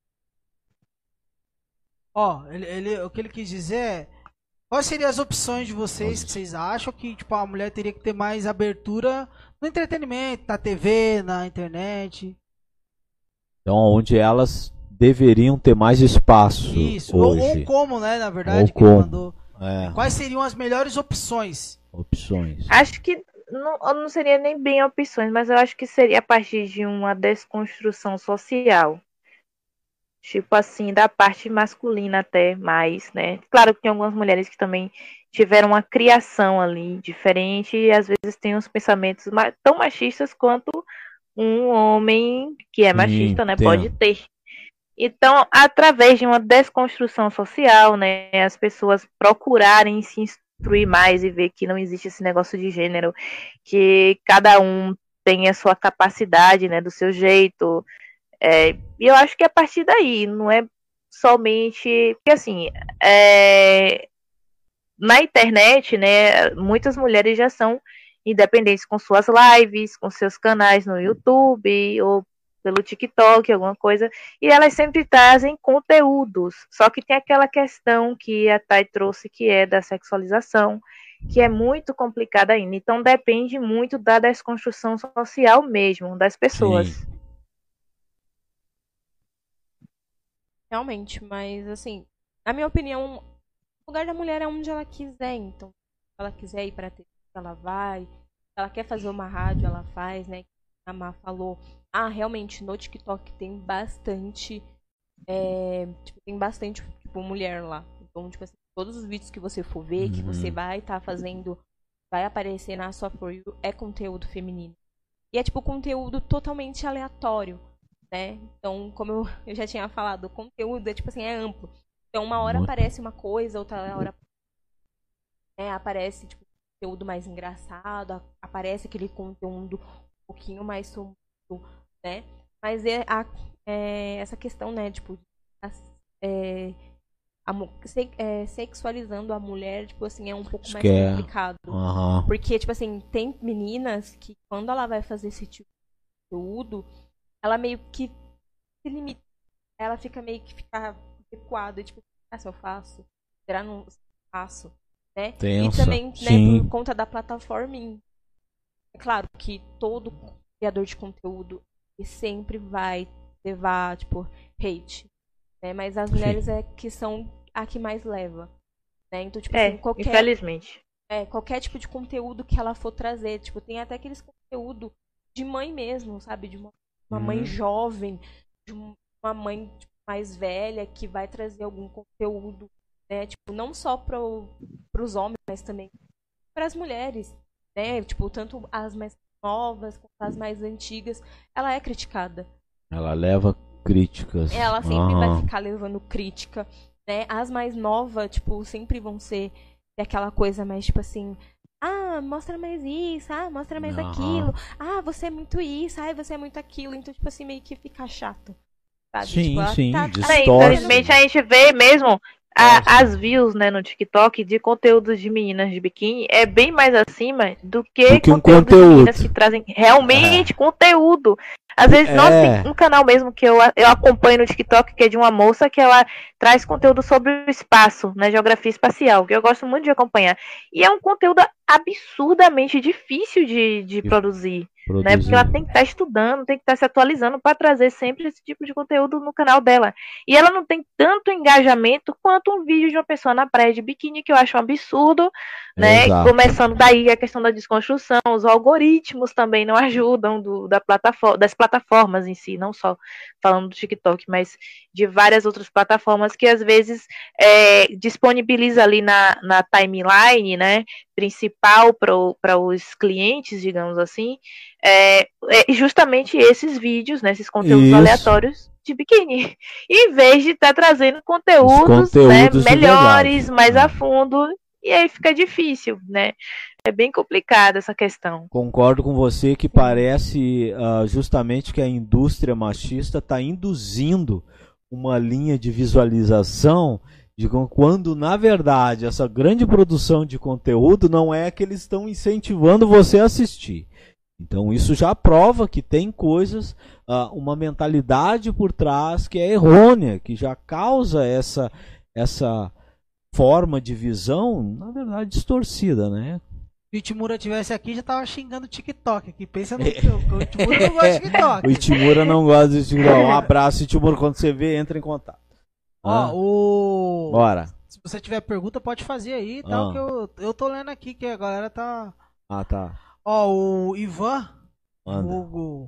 Ó, ele, ele- o que ele quis dizer é quais seriam as opções de vocês que vocês acham que tipo, a mulher teria que ter mais abertura no entretenimento, na T V, na internet? Então, onde elas deveriam ter mais espaço Isso, ou, ou hoje. como, né, na verdade, Ou que ele como. mandou. É, Quais seriam as melhores opções? opções. Acho que não, não seria nem bem opções, mas eu acho que seria a partir de uma desconstrução social. Tipo assim, da parte masculina até mais, né? Claro que tem algumas mulheres que também tiveram uma criação ali diferente e às vezes tem uns pensamentos ma- tão machistas quanto um homem que é Sim, machista, né? tem. Pode ter. Então, através de uma desconstrução social, né? As pessoas procurarem se instruir mais e ver que não existe esse negócio de gênero, que cada um tem a sua capacidade, né? Do seu jeito. É, e eu acho que é a partir daí, não é somente. Porque assim, é, na internet, né, muitas mulheres já são independentes com suas lives, com seus canais no YouTube ou pelo TikTok, alguma coisa, e elas sempre trazem conteúdos. Só que tem aquela questão que a Thay trouxe, que é da sexualização, que é muito complicada ainda. Então depende muito da desconstrução social mesmo, das pessoas. Sim. realmente, mas assim, na minha opinião, o lugar da mulher é onde ela quiser, então. Se ela quiser ir pra T V, ela vai. Se ela quer fazer uma rádio, ela faz, né? A Má falou. Ah, realmente, no TikTok tem bastante. É, tipo, tem bastante, tipo, mulher lá. Então, tipo assim, todos os vídeos que você for ver, que Uhum. você vai estar fazendo, vai aparecer na sua For You, é conteúdo feminino. E é, tipo, conteúdo totalmente aleatório, né? Então, como eu, eu já tinha falado, o conteúdo é, tipo assim, é amplo. Então, uma hora Muito. aparece uma coisa, outra hora né, aparece, tipo, conteúdo mais engraçado, a- aparece aquele conteúdo um pouquinho mais sombrio, né? Mas é, a, é essa questão, né, tipo, as- é, a, se, é, sexualizando a mulher, tipo assim, é um pouco Acho mais que é. complicado. Aham. Porque, tipo assim, tem meninas que quando ela vai fazer esse tipo de conteúdo, ela meio que se limita. Ela fica meio que fica recuada, tipo, ah, se eu faço? Será que não faço? Né? Tensa. E também, né, Sim. por conta da plataforma. É claro que todo criador de conteúdo ele sempre vai levar, tipo, hate. Né? Mas as mulheres Sim. é que são a que mais leva. Né? Então, tipo É, assim, qualquer, infelizmente. é, qualquer tipo de conteúdo que ela for trazer, tipo, tem até aqueles conteúdo de mãe mesmo, sabe? De uma, uma Uhum. mãe jovem, de uma mãe tipo, mais velha que vai trazer algum conteúdo, né? Tipo, não só para os homens, mas também para as mulheres, né? Tipo, tanto as mais novas quanto as mais antigas, ela é criticada. Ela leva críticas. Ela sempre vai Aham. ficar levando crítica, né? As mais novas, tipo, sempre vão ser aquela coisa mais, tipo assim, ah, mostra mais isso, ah, mostra mais Aham. aquilo, ah, você é muito isso, ah, você é muito aquilo, então, tipo assim, meio que fica chato, sabe? Sim, tipo, ela sim, tá- distorce. É, infelizmente a gente vê mesmo a- Nossa. as views, né, no TikTok de conteúdos de meninas de biquíni é bem mais acima do que, Do que um conteúdo de conteúdo. meninas que trazem realmente conteúdo. Às vezes, É. nossa, tem um canal mesmo que eu, eu acompanho no TikTok, que é de uma moça que ela traz conteúdo sobre o espaço, né, geografia espacial, que eu gosto muito de acompanhar. E é um conteúdo absurdamente difícil de, de De produzir. Né? produzir. Porque ela tem que estar estudando, tem que estar se atualizando para trazer sempre esse tipo de conteúdo no canal dela. E ela não tem tanto engajamento quanto um vídeo de uma pessoa na praia de biquíni, que eu acho um absurdo, né? Exato. Começando daí a questão da desconstrução, os algoritmos também não ajudam do, da plataforma, das plataformas em si, não só falando do TikTok, mas de várias outras plataformas que às vezes é, disponibiliza ali na, na timeline, né, principal para os clientes, digamos assim, é, é justamente esses vídeos, né, esses conteúdos Isso. aleatórios de biquíni, em vez de estar tá trazendo conteúdos, conteúdos né, de melhores, verdade. mais É. a fundo, e aí fica difícil, né? É bem complicada essa questão. Concordo com você que parece uh, justamente que a indústria machista está induzindo uma linha de visualização de quando, na verdade, essa grande produção de conteúdo não é que eles estão incentivando você a assistir. Então isso já prova que tem coisas, uh, uma mentalidade por trás que é errônea, que já causa essa, essa forma de visão, na verdade, distorcida, né? Se o Itimura tivesse aqui, já tava xingando o TikTok aqui. Pensa no seu. O Itimura não gosta de TikTok. O Itimura não gosta de TikTok. Um abraço, Itimura. Quando você vê, entra em contato. Ó, Ah, o. bora. Se você tiver pergunta, pode fazer aí, tal, Ah. que eu, eu tô lendo aqui, que a galera tá. Ah, tá. Ó, o Ivan. Manda. O Hugo.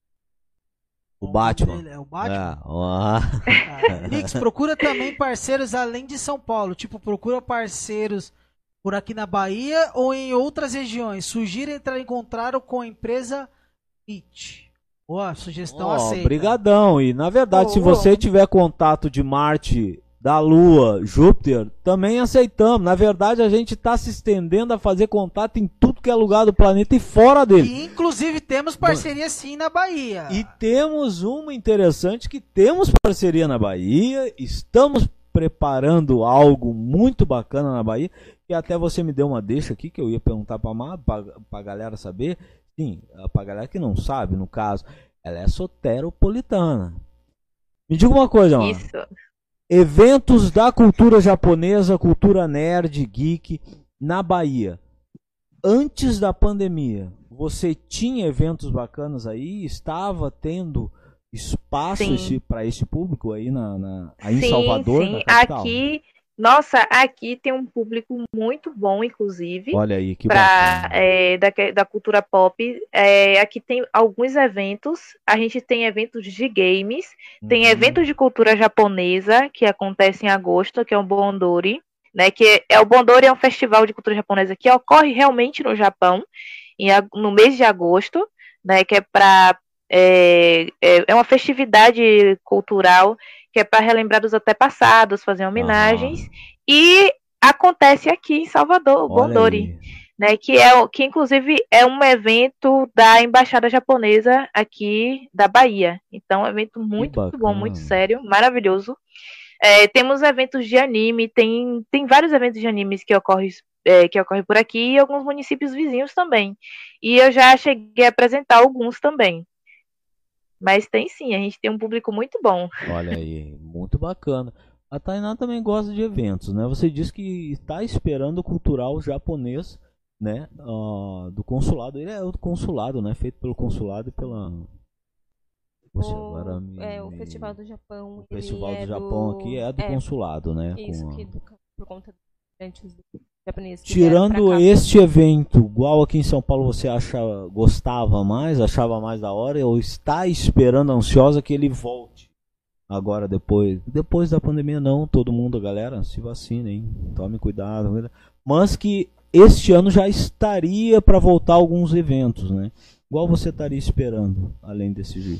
O Batman. dele É o Batman? É, ó. Ah, Nix, procura também parceiros além de São Paulo. Tipo, procura parceiros por aqui na Bahia ou em outras regiões. Sugira entrar em contato com a empresa It. Boa, sugestão Ó, aceita. brigadão. E na verdade, Ô, se ô. você tiver contato de Marte, da Lua, Júpiter, também aceitamos. Na verdade, a gente está se estendendo a fazer contato em tudo que é lugar do planeta e fora dele. E, inclusive temos parceria sim na Bahia. E temos uma interessante que temos parceria na Bahia, estamos preparando algo muito bacana na Bahia, que até você me deu uma deixa aqui que eu ia perguntar para a galera saber. Sim, para a galera que não sabe, no caso, ela é soteropolitana. Me diga uma coisa, mano. Isso. Eventos da cultura japonesa, cultura nerd, geek, na Bahia. Antes da pandemia, você tinha eventos bacanas aí? Estava tendo espaço Sim. para esse público aí, na, na, aí em Sim, Salvador, sim. na capital? Aqui, nossa, aqui tem um público muito bom, inclusive. Olha aí, que Pra, bacana. é, da, da cultura pop. É, aqui tem alguns eventos. A gente tem eventos de games, tem Uhum. eventos de cultura japonesa que acontece em agosto, que é o Bondori, né? Que é o Bondori é um festival de cultura japonesa que ocorre realmente no Japão, em, ag- no mês de agosto, né? Que é para é, é, é uma festividade cultural que é para relembrar dos antepassados, fazer homenagens. Aham. E acontece aqui em Salvador, o Olha Bondori, aí. né, que é o- que inclusive é um evento da Embaixada Japonesa aqui da Bahia. Então, é um evento muito, muito bom, bacana. muito sério, maravilhoso, É, temos eventos de anime, tem, tem vários eventos de animes que ocorrem, é, que ocorrem por aqui e alguns municípios vizinhos também. E eu já cheguei a apresentar alguns também. Mas tem sim, a gente tem um público muito bom. Olha aí, muito bacana. A Tainá também gosta de eventos, né? Você disse que está esperando o cultural japonês, né? Uh, do consulado. Ele é o consulado, né? Feito pelo consulado e pela... Poxa, O, agora me, é, o me... Festival do Japão. O Festival ele do é Japão do... aqui é do é, consulado, né? Isso, Com a... que do, por conta dos estudantes japoneses. que vieram Tirando pra cá. este evento, igual aqui em São Paulo, você acha, gostava mais, achava mais da hora, ou está esperando ansiosa que ele volte? Agora, depois, depois da pandemia, não, todo mundo, galera, se vacinem, tome cuidado. Mas que este ano já estaria para voltar alguns eventos, né? Igual você estaria esperando, além desse dia?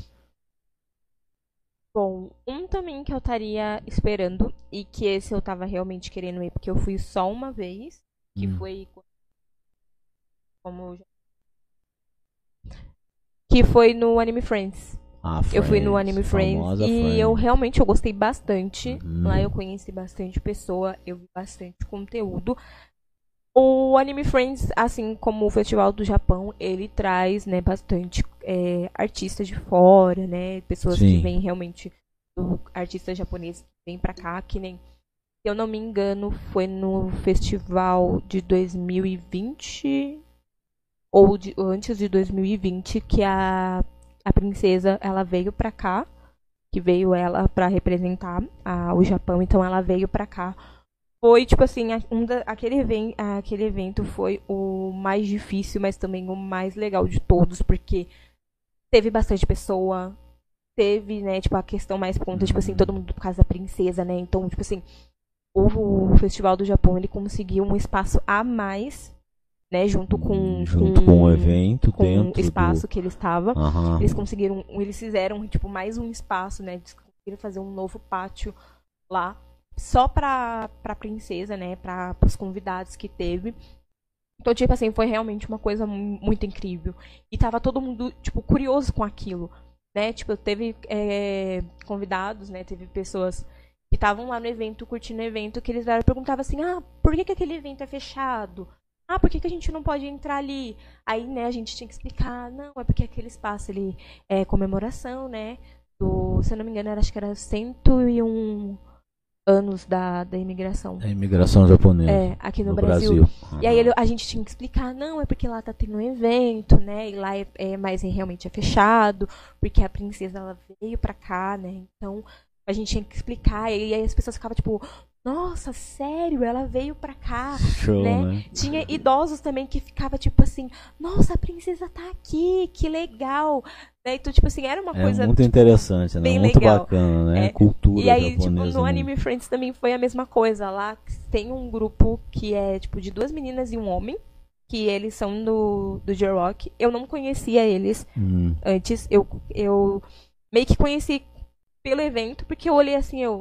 Bom, um também que eu estaria esperando, e que esse eu tava realmente querendo ir, porque eu fui só uma vez, que Hum. foi como que foi no Anime Friends. Ah, Eu fui no Friends, Anime Friends famosa e Friends. eu realmente eu gostei bastante. Uhum. Lá eu conheci bastante pessoa, eu vi bastante conteúdo. O Anime Friends, assim como o Festival do Japão, ele traz, né, bastante é, artistas de fora, né, pessoas Sim. que vêm realmente, do, artistas japoneses que vêm pra cá, que nem, se eu não me engano, foi no festival de dois mil e vinte ou de, antes de dois mil e vinte que a, a princesa ela veio pra cá, que veio ela pra representar a, o Japão, então ela veio pra cá. Foi, tipo assim, um da, aquele, even, aquele evento foi o mais difícil, mas também o mais legal de todos, porque teve bastante pessoa, teve, né, tipo, a questão mais por conta, tipo assim, todo mundo por causa da princesa, né, então, tipo assim, o, o Festival do Japão, ele conseguiu um espaço a mais, né, junto com... Junto com, com o evento, com dentro o espaço do... que ele estava, Aham. eles conseguiram, eles fizeram, tipo, mais um espaço, né, eles conseguiram fazer um novo pátio lá, só pra, pra princesa, né, pra, pros convidados que teve. Então, tipo assim, foi realmente uma coisa muito incrível. E tava todo mundo, tipo, curioso com aquilo, né, tipo, teve é, convidados, né, teve pessoas que estavam lá no evento, curtindo o evento, que eles perguntavam assim, ah, por que que aquele evento é fechado? Ah, por que que a gente não pode entrar ali? Aí, né, a gente tinha que explicar, não, é porque aquele espaço ali é comemoração, né, do, se eu não me engano, era, acho que era cento e um anos da, da imigração. A imigração japonesa. É, aqui no, no Brasil. Brasil. E aí ele, a gente tinha que explicar, não, é porque lá tá tendo um evento, né? E lá é, é mais realmente é fechado, porque a princesa ela veio pra cá, né? Então a gente tinha que explicar. E aí as pessoas ficavam tipo, nossa, sério, ela veio pra cá. Show, né? né? Tinha idosos também que ficava tipo assim, nossa, a princesa tá aqui, que legal. Né? Então, tipo assim, era uma É coisa muito tipo, interessante, né? bem Muito legal. bacana, né? É. Cultura E aí, tipo, japonesa. no né? Anime Friends também foi a mesma coisa. Lá tem um grupo que é, tipo, de duas meninas e um homem. Que eles são do, do J-Rock. Eu não conhecia eles Hum. antes. Eu, eu meio que conheci pelo evento, porque eu olhei assim, eu...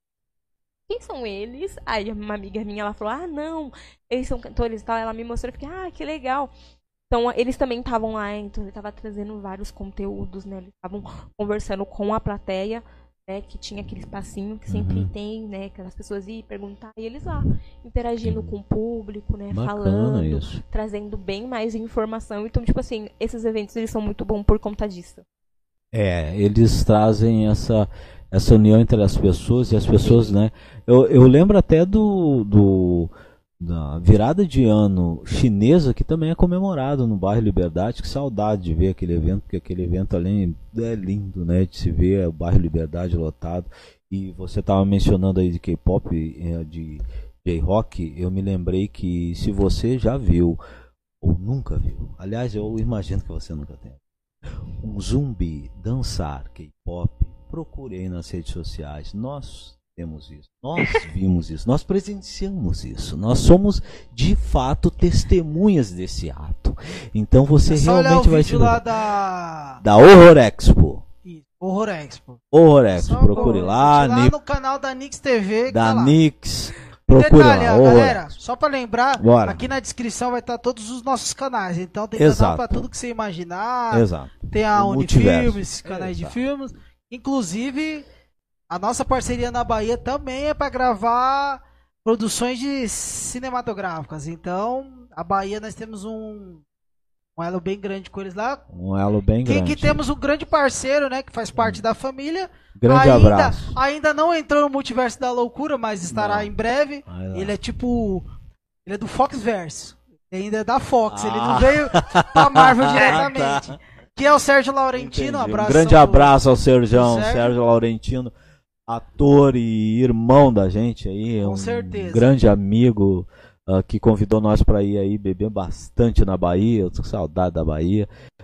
Quem são eles? Aí uma amiga minha, ela falou, ah, não, eles são cantores e tal. Ela me mostrou, eu fiquei, ah, que legal. Então, eles também estavam lá, então ele estava trazendo vários conteúdos, né? Eles estavam conversando com a plateia, né? Que tinha aquele espacinho que sempre Uhum. tem, né? Aquelas pessoas iam perguntar, e eles lá, interagindo com o público, né? Bacana Falando, isso. trazendo bem mais informação. Então, tipo assim, esses eventos, eles são muito bons por conta disso. É, eles trazem essa, essa união entre as pessoas e as pessoas, né? Eu, eu lembro até do, do da virada de ano chinesa, que também é comemorado no bairro Liberdade. Que saudade de ver aquele evento, porque aquele evento além é lindo, né? De se ver o bairro Liberdade lotado. E você estava mencionando aí de K-pop, de J-Rock, eu me lembrei que se você já viu ou nunca viu, aliás, eu imagino que você nunca tenha, um zumbi dançar K-pop, procure aí nas redes sociais. Nós temos isso, nós vimos isso, nós presenciamos isso, nós somos de fato testemunhas desse ato. Então você É só olhar realmente o vai vídeo se lá da... da Horror Expo. Isso, Horror Expo. Horror Expo, Só procure pô, lá, lá Ni- no canal da Nix T V. que da tá lá. Nix. Procure Detalhe, lá, ó, Horror galera, Expo. só pra lembrar, Bora. aqui na descrição vai estar todos os nossos canais. Então tem Exato. canal pra tudo que você imaginar. Exato. Tem a O Unifilmes, multiverso. canais de Exato. filmes. Inclusive, a nossa parceria na Bahia também é para gravar produções de cinematográficas. Então, a Bahia nós temos um, um elo bem grande com eles lá. Um elo bem que, grande. que temos um grande parceiro, né, que faz parte da família. Grande ainda, abraço. Ainda não entrou no Multiverso da Loucura, mas estará Não. em breve. Ele é tipo, ele é do Foxverse. Ele ainda é da Fox, Ah. ele não veio da Marvel Ah, diretamente. tá. Que é o Sérgio Laurentino. Entendi. Abraço Um grande abraço ao Serjão, Sérgio. Sérgio Laurentino, ator e irmão da gente aí, Com um certeza. grande amigo uh, que convidou nós para ir aí beber bastante na Bahia. Eu tô com saudade da Bahia.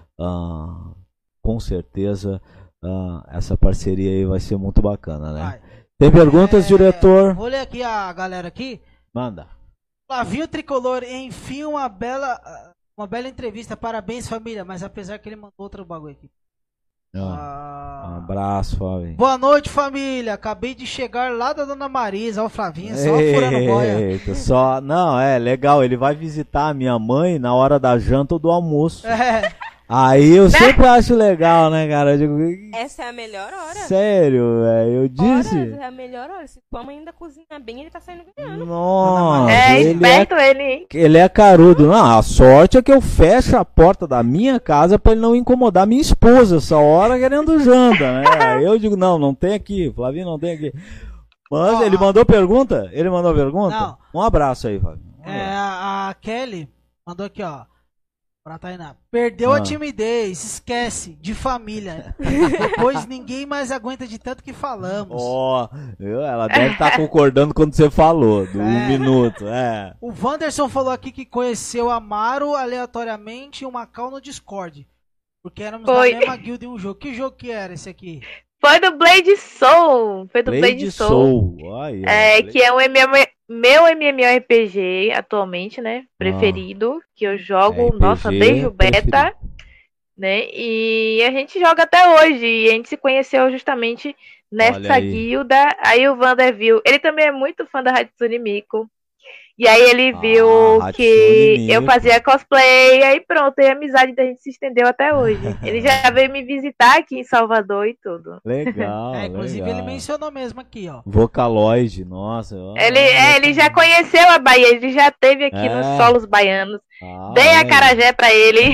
Uh, com certeza uh, essa parceria aí vai ser muito bacana, né? Vai. Tem perguntas, É, diretor? Vou ler aqui a galera aqui. Manda. Flavinho Tricolor, enfim, uma bela, uma bela entrevista. Parabéns, família. Mas apesar que ele mandou outro bagulho aqui. Uh, Ah, um abraço, Fábio. Boa noite, família. Acabei de chegar lá da Dona Marisa. Ó, o Flavinho, só furando boia. Eita, só... Não, é legal. Ele vai visitar a minha mãe na hora da janta ou do almoço. É, Aí eu sempre acho legal, né, cara? Eu digo, Essa é a melhor hora. sério, velho? Eu disse. Horas é a melhor hora. Se tua mãe ainda cozinha bem, ele tá saindo ganhando. Nossa, É, ele é, esperto ele, hein? ele é carudo. Não, a sorte é que eu fecho a porta da minha casa pra ele não incomodar minha esposa essa hora querendo janta, né? Aí eu digo, não, não tem aqui, Flavinho, não tem aqui. Mas Ó, ele mandou pergunta? Ele mandou pergunta? Não. Um abraço aí, Fábio. Um é, abraço. a, a Kelly mandou aqui, ó. Pra Tainá. Perdeu Ah. a timidez, esquece, de família. Depois ninguém mais aguenta de tanto que falamos. Ó, viu? Ela deve estar concordando quando você falou, do um É. minuto, é. O Wanderson falou aqui que conheceu a Maru aleatoriamente em uma call no Discord. Porque éramos Foi. da mesma guilda em um jogo. Que jogo que era esse aqui? Foi do Blade Soul. Foi do Blade, Blade Soul. Soul. Olha, É, Blade- que é um M M O, meu MMORPG atualmente, né? Preferido. Que eu jogo, R P G nossa, desde o beta. preferido. Né? E a gente joga até hoje. E a gente se conheceu justamente Olha nessa aí. guilda. Aí o Wander viu. Ele também é muito fã da Hatsune Miku. E aí ele Ah, viu Hatsune que Miku. eu fazia cosplay. E aí pronto, e a amizade da gente se estendeu até hoje. Ele já veio me visitar aqui em Salvador e tudo. Legal, é, inclusive legal. ele mencionou mesmo aqui, ó. Vocaloid, nossa. ó, Ele, ó, é, ele já conheceu a Bahia, ele já esteve aqui É. nos solos baianos. Ah, Dei olha a aí. acarajé pra ele.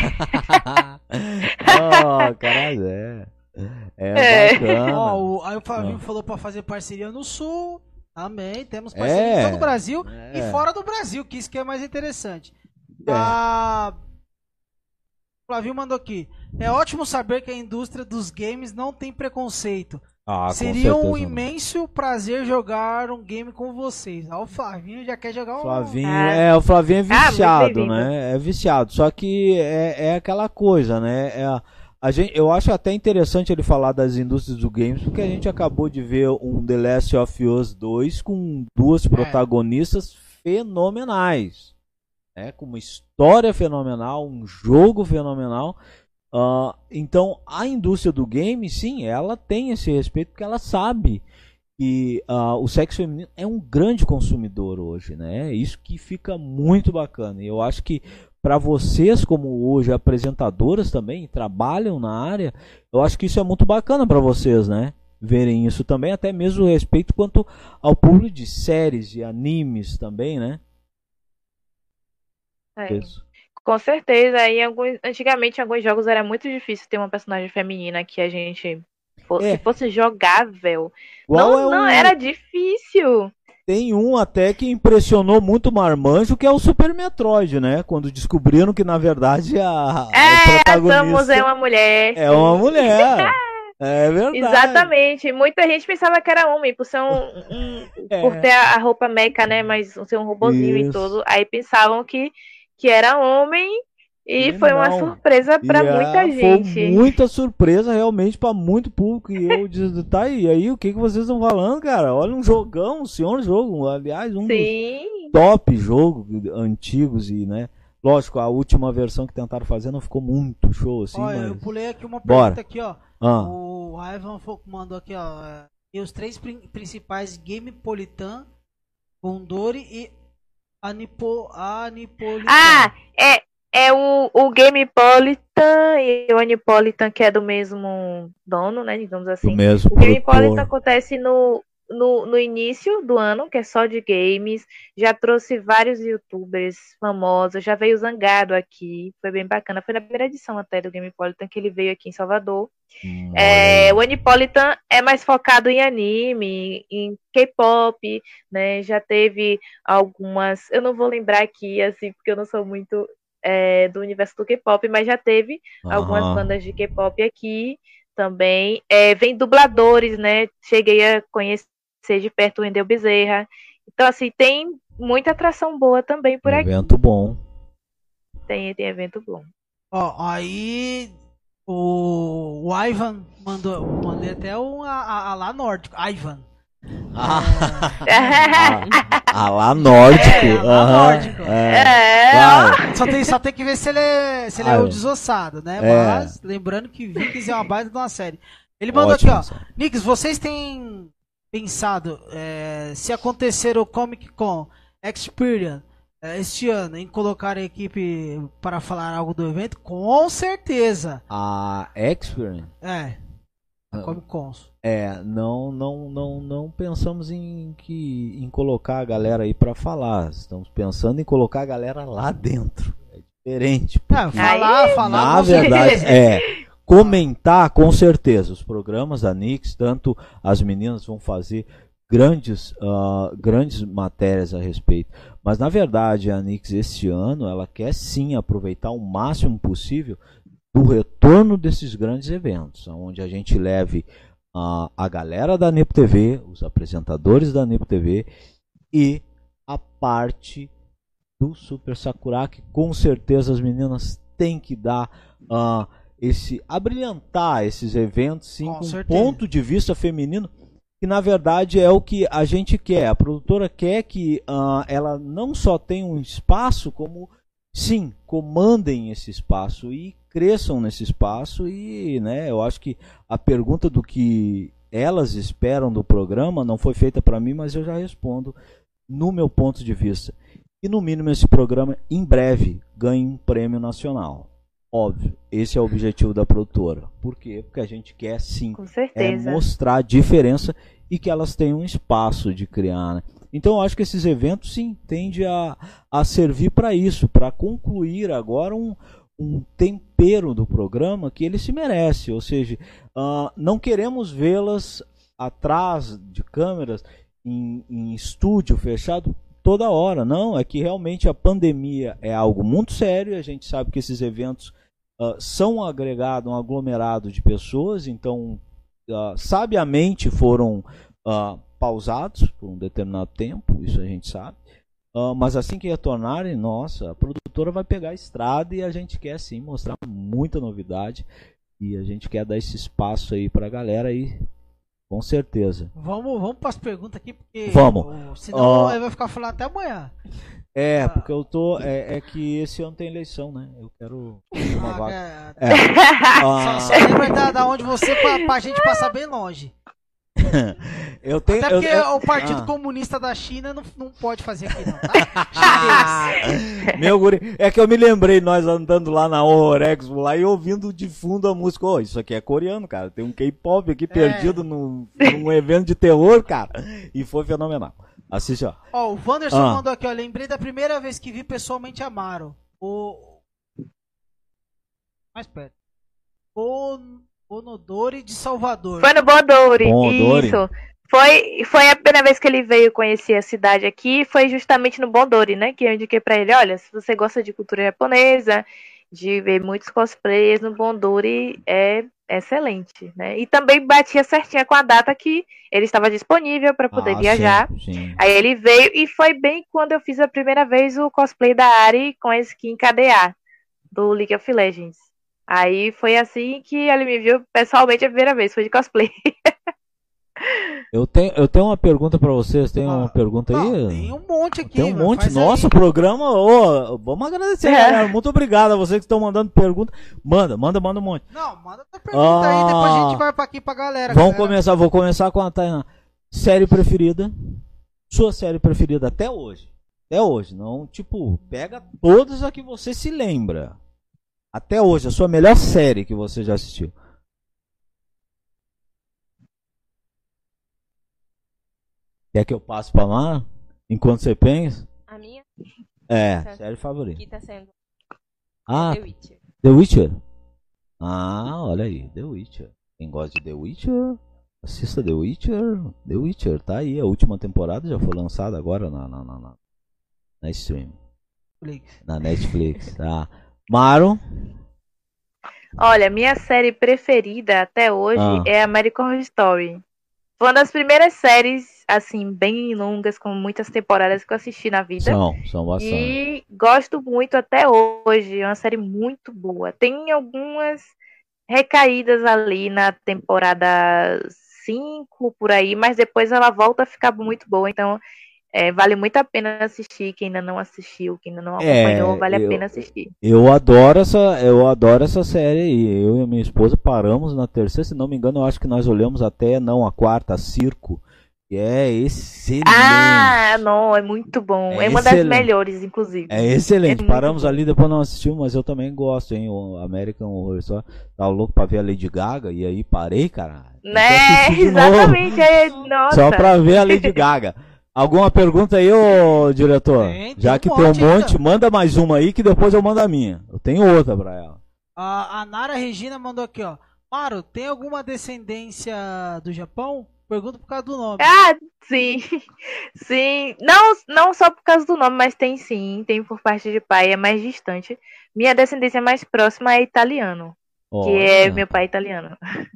Ó, carajé. É, É. bacana. Ó, o, aí o Flavinho Ah. falou pra fazer parceria no Sul. Também temos parceria em É. todo o Brasil É. e fora do Brasil, que isso que é mais interessante. É. A... O Flavinho mandou aqui. É ótimo saber que a indústria dos games não tem preconceito. Ah, com Seria um certeza não. imenso prazer jogar um game com vocês. Ó, o Flavinho já quer jogar um. Flavinho, Ah. é, o Flavinho é Ah, muito viciado, bem-vindo. né? É viciado. Só que é, é aquela coisa, né? É, a- a gente, eu acho até interessante ele falar das indústrias do games, porque a gente acabou de ver um The Last of Us dois com duas protagonistas fenomenais. Né? Com uma história fenomenal, um jogo fenomenal. Ah, então, a indústria do game, sim, ela tem esse respeito, porque ela sabe que ah, o sexo feminino é um grande consumidor hoje, né? Isso que fica muito bacana. E eu acho que para vocês, como hoje apresentadoras também, trabalham na área, eu acho que isso é muito bacana para vocês, né? Verem isso também, até mesmo o respeito quanto ao público de séries e animes também, né? É, Isso. com certeza. Aí, alguns, antigamente, em alguns jogos era muito difícil ter uma personagem feminina que a gente fosse, É. que fosse jogável. Qual não, é o... não, era difícil. Tem um até que impressionou muito o Marmanjo, que é o Super Metroid, né? Quando descobriram que, na verdade, a, a É, a protagonista Samus é uma mulher. é sim. uma mulher. É verdade. Exatamente. Muita gente pensava que era homem, por ser um, um- É. por ter a a roupa meca, né? Mas ser um robozinho Isso. e tudo. Aí pensavam que, que era homem e, E foi uma não. surpresa pra E, é, muita gente. Foi muita surpresa realmente pra muito público. E eu disse, tá aí, aí o que, que vocês estão falando, cara? Olha um jogão, um senhor jogo. Aliás, um dos Sim. top jogos antigos e, né? Lógico, a última versão que tentaram fazer não ficou muito show, assim, Olha, mas... eu pulei aqui uma Bora. pergunta aqui, ó. Ah, O Ivan Fo- mandou aqui, ó. é, E os três prin- principais Gamepolitan, Gondori e Anipo, Anipolitan. Ah, é, é o, o Gamepolitan Gamepolitan e o Anipolitan, que é do mesmo dono, né? Digamos assim. O mesmo O Gamepolitan produtor. acontece no, no, no início do ano, que é só de games. Já trouxe vários youtubers famosos. Já veio o Zangado aqui. Foi bem bacana. Foi na primeira edição até do Gamepolitan que ele veio aqui em Salvador. Hum, É, olha o aí. Anipolitan é mais focado em anime, em K-pop, né? Já teve algumas, eu não vou lembrar aqui, assim, porque eu não sou muito é, do universo do K-pop, mas já teve algumas Aham. bandas de K-pop aqui também. É, vem dubladores, né? Cheguei a conhecer de perto o Wendel Bezerra. Então, assim, tem muita atração boa também por aqui. Evento bom. Tem, tem evento bom. Ó, aí o, o Ivan mandou, mandei até um a, a, a lá nórdico, Ivan. Ah, ah, ah, lá nórdico. É, lá aham, nórdico. é. É, Vai. Só tem, só tem que ver se ele é, se ele é Ah, o desossado, né? é. Mas lembrando que Vikings é uma baita de uma série. Ele mandou Ótimo, aqui, ó. Nix, vocês têm pensado é, se acontecer o Comic Con Experience é, este ano em colocar a equipe para falar algo do evento? Com certeza. A Experience. É. A Comic Con. É, não, não, não, não pensamos em que em colocar a galera aí pra falar. Estamos pensando em colocar a galera lá dentro. É diferente. É, falar, Aí, falar. Na com verdade, certeza. é comentar com certeza. Os programas da Nix, tanto as meninas vão fazer grandes, uh, grandes matérias a respeito. Mas na verdade a Nix este ano ela quer sim aproveitar o máximo possível do retorno desses grandes eventos, onde a gente leve uh, a galera da Nipo T V, os apresentadores da Nipo T V e a parte do Super Sakura, que com certeza as meninas têm que dar uh, esse abrilhantar esses eventos sim, Com com um certeza. ponto de vista feminino, que na verdade é o que a gente quer. A produtora quer que uh, ela não só tenha um espaço, como sim, comandem esse espaço e cresçam nesse espaço. E né, eu acho que a pergunta do que elas esperam do programa não foi feita para mim, mas eu já respondo no meu ponto de vista. E no mínimo esse programa em breve ganhe um prêmio nacional. Óbvio, esse é o objetivo da produtora. Por quê? Porque a gente quer sim Com é certeza. mostrar a diferença e que elas tenham um espaço de criar, né? Então eu acho que esses eventos sim tendem a, a servir para isso, para concluir agora um, um tempero do programa que ele se merece. Ou seja, uh, não queremos vê-las atrás de câmeras em, em estúdio fechado toda hora. Não, é que realmente a pandemia é algo muito sério. A gente sabe que esses eventos uh, são um agregado, um aglomerado de pessoas, então uh, sabiamente foram uh, pausados por um determinado tempo, isso a gente sabe. Uh, mas assim que retornarem, nossa, a produtora vai pegar a estrada e a gente quer sim mostrar muita novidade e a gente quer dar esse espaço aí pra galera aí, com certeza. Vamos, vamos para as perguntas aqui, porque Vamos. o- senão Ó. ele vai ficar falando até amanhã. É, porque eu tô. É, é que esse ano tem eleição, né? Eu quero uma Ah, vaga. é, É. Só, só Ah, lembra da, da onde você pra, pra gente passar bem longe. eu tenho. Até eu- porque eu- o Partido ah. Comunista da China não, não pode fazer aqui não, tá? Chineses. Meu guri, é que eu me lembrei nós andando lá na Horror Expo lá e ouvindo de fundo a música. Ô, isso aqui é coreano, cara. Tem um K-pop aqui perdido num, num evento de terror, cara. E foi fenomenal. Assiste, ó. Ó, o Wanderson Ah. mandou aqui, ó. Lembrei da primeira vez que vi pessoalmente Amaro. O. Mais perto. O Onodori de Salvador. Foi no Bondori. Bondori. Isso. Foi, foi a primeira vez que ele veio conhecer a cidade aqui, foi justamente no Bondori, né? Que eu indiquei pra ele, olha, se você gosta de cultura japonesa, de ver muitos cosplays no Bondori, é excelente, né? E também batia certinho com a data que ele estava disponível para poder Ah, viajar. sim, sim. Aí ele veio e foi bem quando eu fiz a primeira vez o cosplay da Ari com a skin K D A do League of Legends. Aí foi assim que ele me viu pessoalmente a primeira vez, foi de cosplay. Eu tenho, eu tenho uma pergunta pra vocês. Tem uma Ah, pergunta aí? Não, tem um monte aqui. Tem um mano, monte. faz Nosso aí. programa, ô, vamos agradecer, É. galera. Muito obrigado a vocês que estão mandando pergunta. Manda, manda, manda um monte. Não, manda tua pergunta aí, depois a gente vai pra aqui pra galera. Vamos galera. começar, vou começar com a Tainá. Série preferida? Sua série preferida até hoje? Até hoje, não, tipo, pega todas a que você se lembra. Até hoje, a sua melhor série que você já assistiu. Quer que eu passe pra Mara? Enquanto você pensa? A minha É, Tá. série favorita. que tá sendo Ah, The Witcher. The Witcher? Ah, olha aí, The Witcher. Quem gosta de The Witcher, assista The Witcher. The Witcher, tá aí. A última temporada já foi lançada agora na, na, na, na, na stream. Netflix. Na Netflix, tá. Maro? Olha, minha série preferida até hoje Ah. é American Horror Story. Foi uma das primeiras séries, assim, bem longas, com muitas temporadas que eu assisti na vida. São, são bastante. E gosto muito até hoje. É uma série muito boa. Tem algumas recaídas ali na temporada cinco, por aí, mas depois ela volta a ficar muito boa. Então, é, vale muito a pena assistir. Quem ainda não assistiu, quem ainda não É, acompanhou, vale eu- a pena assistir. Eu adoro essa, eu adoro essa série aí. Eu e a minha esposa paramos na terceira, se não me engano, eu acho que nós olhamos até não a quarta, a Circo, que é excelente. Ah, não, é muito bom. É É, uma das excelente. melhores, inclusive. É excelente. É muito Paramos bom. ali, depois não assistimos, mas eu também gosto, hein? O American Horror Story. Tava louco pra ver a Lady Gaga e aí parei, cara. Tem que Né? assistir de novo. Exatamente. É, nossa. Só pra ver a Lady Gaga. Alguma pergunta aí, ô diretor? Tem, tem Já um que tem um monte monte, ainda. manda mais uma aí que depois eu mando a minha. Eu tenho outra pra ela. A, a Nara Regina mandou aqui, ó. Maro, tem alguma descendência do Japão? Pergunta por causa do nome. Ah, sim. Sim. Não, não só por causa do nome, mas tem sim. Tem por parte de pai, é mais distante. Minha descendência mais próxima é italiano. Que é Olha, meu pai italiano.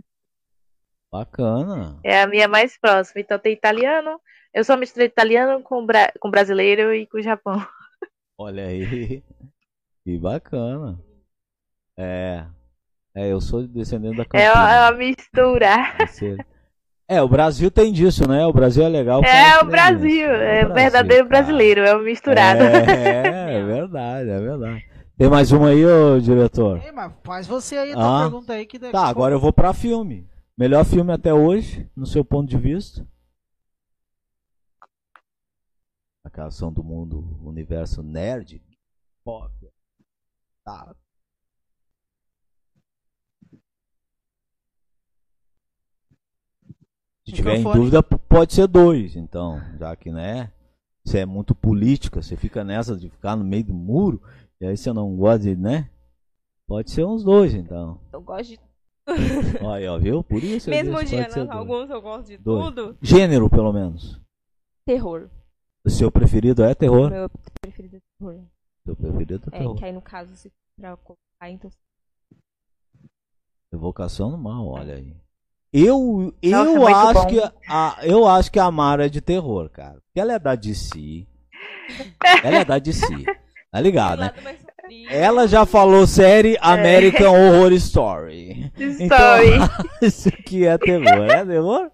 bacana. É a minha mais próxima. Então tem italiano. Eu sou mistura italiano com, bra... com brasileiro e com Japão. Olha aí. Que bacana. É. É, eu sou descendente da É uma, é Campina. uma mistura. Esse- É, o Brasil tem disso, né? O Brasil é legal. É cara, o tem Brasil. isso. É o o verdadeiro cara. brasileiro. É o misturado. É, é verdade, é verdade. Tem mais uma aí, ô diretor? Ei, mas faz você aí a tua Ah. pergunta aí que daqui Tá, a agora eu vou pra filme. Melhor filme até hoje, no seu ponto de vista? A criação do mundo, universo nerd, pop. Tá. Se tiver em Microfone. dúvida, p- pode ser dois, então, já que, né, você é muito política, você fica nessa de ficar no meio do muro, e aí você não gosta de, né? Pode ser uns dois, então. Eu gosto de. Olha aí, ó, viu? Por isso eu Mesmo disse, pode dia, ser né? dois. Alguns eu gosto de Dois. tudo. Gênero, pelo menos. Terror. O seu preferido é terror? Meu preferido é terror. Seu preferido é É, terror. que aí no caso, se pra colocar, então. Evocação no mal, olha aí. Eu, eu Nossa, muito acho bom. que a, eu acho que a Mara é de terror, cara. Porque ela é da D C. Ela é da D C. Tá ligado, né? Lado mais sombrio. Ela já falou série American Horror Story. Então, Story. isso aqui é terror, é terror?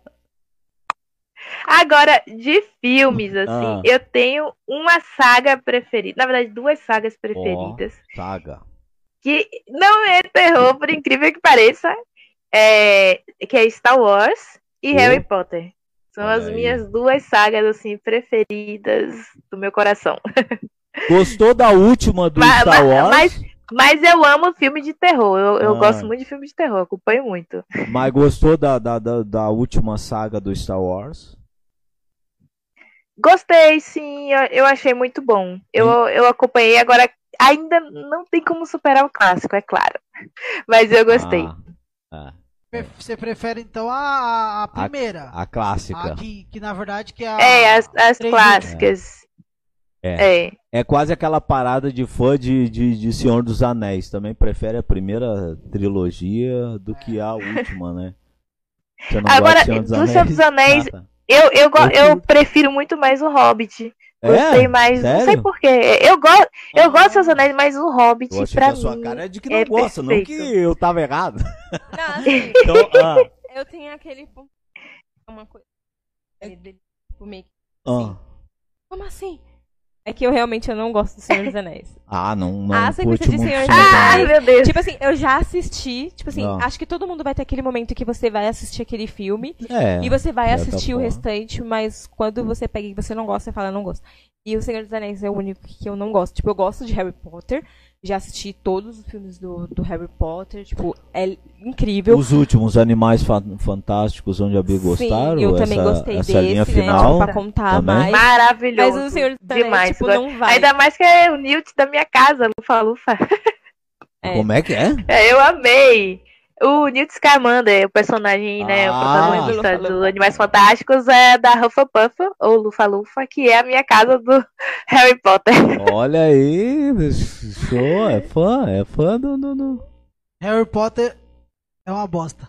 Agora, de filmes, assim, Ah. eu tenho uma saga preferida. Na verdade, duas sagas preferidas. Saga. Que não é terror, por incrível que pareça. É, que é Star Wars e Oh. Harry Potter. São Olha as aí. minhas duas sagas, assim, preferidas do meu coração. Gostou da última do Mas- Star mas- Wars? mas- Mas eu amo filme de terror. Eu, eu Ah. gosto muito de filme de terror, acompanho muito. Mas gostou da, da, da, da última saga do Star Wars? Gostei, sim, eu, eu achei muito bom. Eu, eu acompanhei, agora ainda não tem como superar o clássico, é claro. Mas eu gostei. Ah, ah, Pre- Você prefere então a, a- a primeira? a clássica. A que, que na verdade que é a. É, as, as três clássicas. É. É. É quase aquela parada de fã de, de, de Senhor dos Anéis. Também prefere a primeira trilogia do que a última, né? Você não Agora, gosta de do Senhor dos Anéis, Ah, tá. Eu, eu, go- Eu eu prefiro muito mais o Hobbit. É? Gostei mais, não sei Sério? porquê. Eu, go eu gosto dos Seus Anéis, mas o Hobbit, Eu achei pra que a sua mim, cara é de que não é gosta, não que perfeito. eu tava errado. Não, assim, Então, ah, eu tenho aquele. ponto- Uma coisa. Dele, tipo, meio que. ah. Como assim? É que eu realmente eu não gosto do Senhor dos Anéis. Ah, não, não A sequência curte de muito Senhor Senhor dos dos Ah, Anéis. meu Deus. Tipo assim, eu já assisti. Tipo assim, Não. acho que todo mundo vai ter aquele momento que você vai assistir aquele filme. É, E você vai de certa assistir o forma. restante, mas quando você pega e você não gosta, você fala, não gosto. E O Senhor dos Anéis é o único que eu não gosto. Tipo, eu gosto de Harry Potter. Já assisti todos os filmes do, do Harry Potter. Tipo, é incrível. Os últimos Animais Fa- Fantásticos, onde a Bia gostaram. Sim, eu também essa, gostei essa desse, linha né? final. Tipo, pra contar também. mais. Maravilhoso. Mas O Senhor dos Anéis, demais. tipo, não vai. Ainda mais que é o Newt da minha casa, Lufa Lufa. É. Como é que é? É, eu amei. O Newt Scamander, o personagem, né, o Ah. protagonista dos Animais Fantásticos, é da Hufflepuff, ou Lufa Lufa, que é a minha casa do Harry Potter. Olha aí, show, é fã, é fã do... do, do... Harry Potter é uma bosta.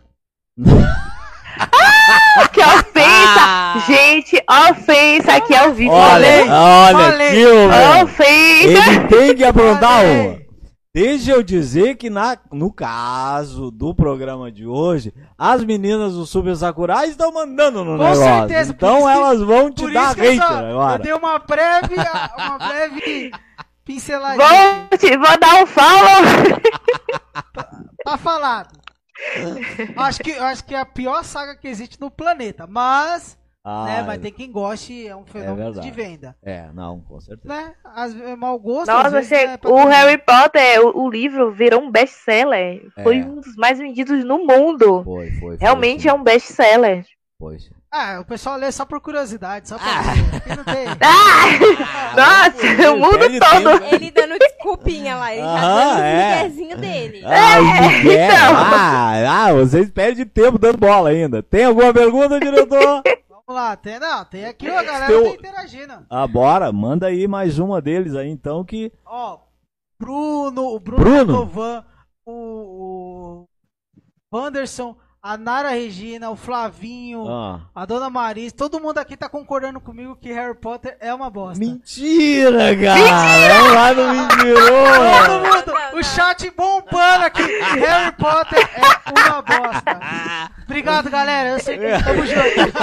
Que ofensa! Gente, ofensa aqui ao vivo. Olha, Falei, olha, falei. tio, velho. Ofensa! Ele tem que aprontar Falei. uma. Deixa eu dizer que na, no caso do programa de hoje, as meninas do Super Sakurai estão mandando no Com negócio. certeza, por Então isso que- elas vão te Por dar isso que eu, só, hater eu agora. dei uma breve, uma breve pinceladinha. Vou, te, vou dar um follow. Tá falado. Acho que, acho que é a pior saga que existe no planeta. Mas, Ah, né, vai ter quem goste, é um fenômeno verdade. de venda. É, não, com certeza. Né? As, é mau gosto. às Nossa, vezes, você, é pra o todo Harry mundo. Potter, o, o livro virou um best-seller. Foi É. um dos mais vendidos no mundo. Foi, foi. foi Realmente sim. é um best-seller. Foi, sim. Ah, o pessoal lê só por curiosidade, só pra Ah. ver. Quem não tem? Ah! Nossa, ele o mundo perde todo. tempo. Ele dando desculpinha lá, ele tá Aham, dando é. os miguezinhos dele. Ah, o Miguel. então. ah, ah, vocês perdem tempo dando bola ainda. Tem alguma pergunta, diretor? Vamos lá, tem, não, tem aqui, ó, a galera Teu- tá interagindo. Ah, bora, manda aí mais uma deles aí, então, que... Ó, Bruno, o Bruno, Bruno? Tovan, o, o Wanderson, a Nara Regina, o Flavinho, Ah. a Dona Marisa, todo mundo aqui tá concordando comigo que Harry Potter é uma bosta. Mentira, cara! Vamos lá no Todo mentiroso! mundo, Não, não. o chat bombando aqui, Harry Potter é uma bosta. Obrigado, galera, eu sei que estamos juntos.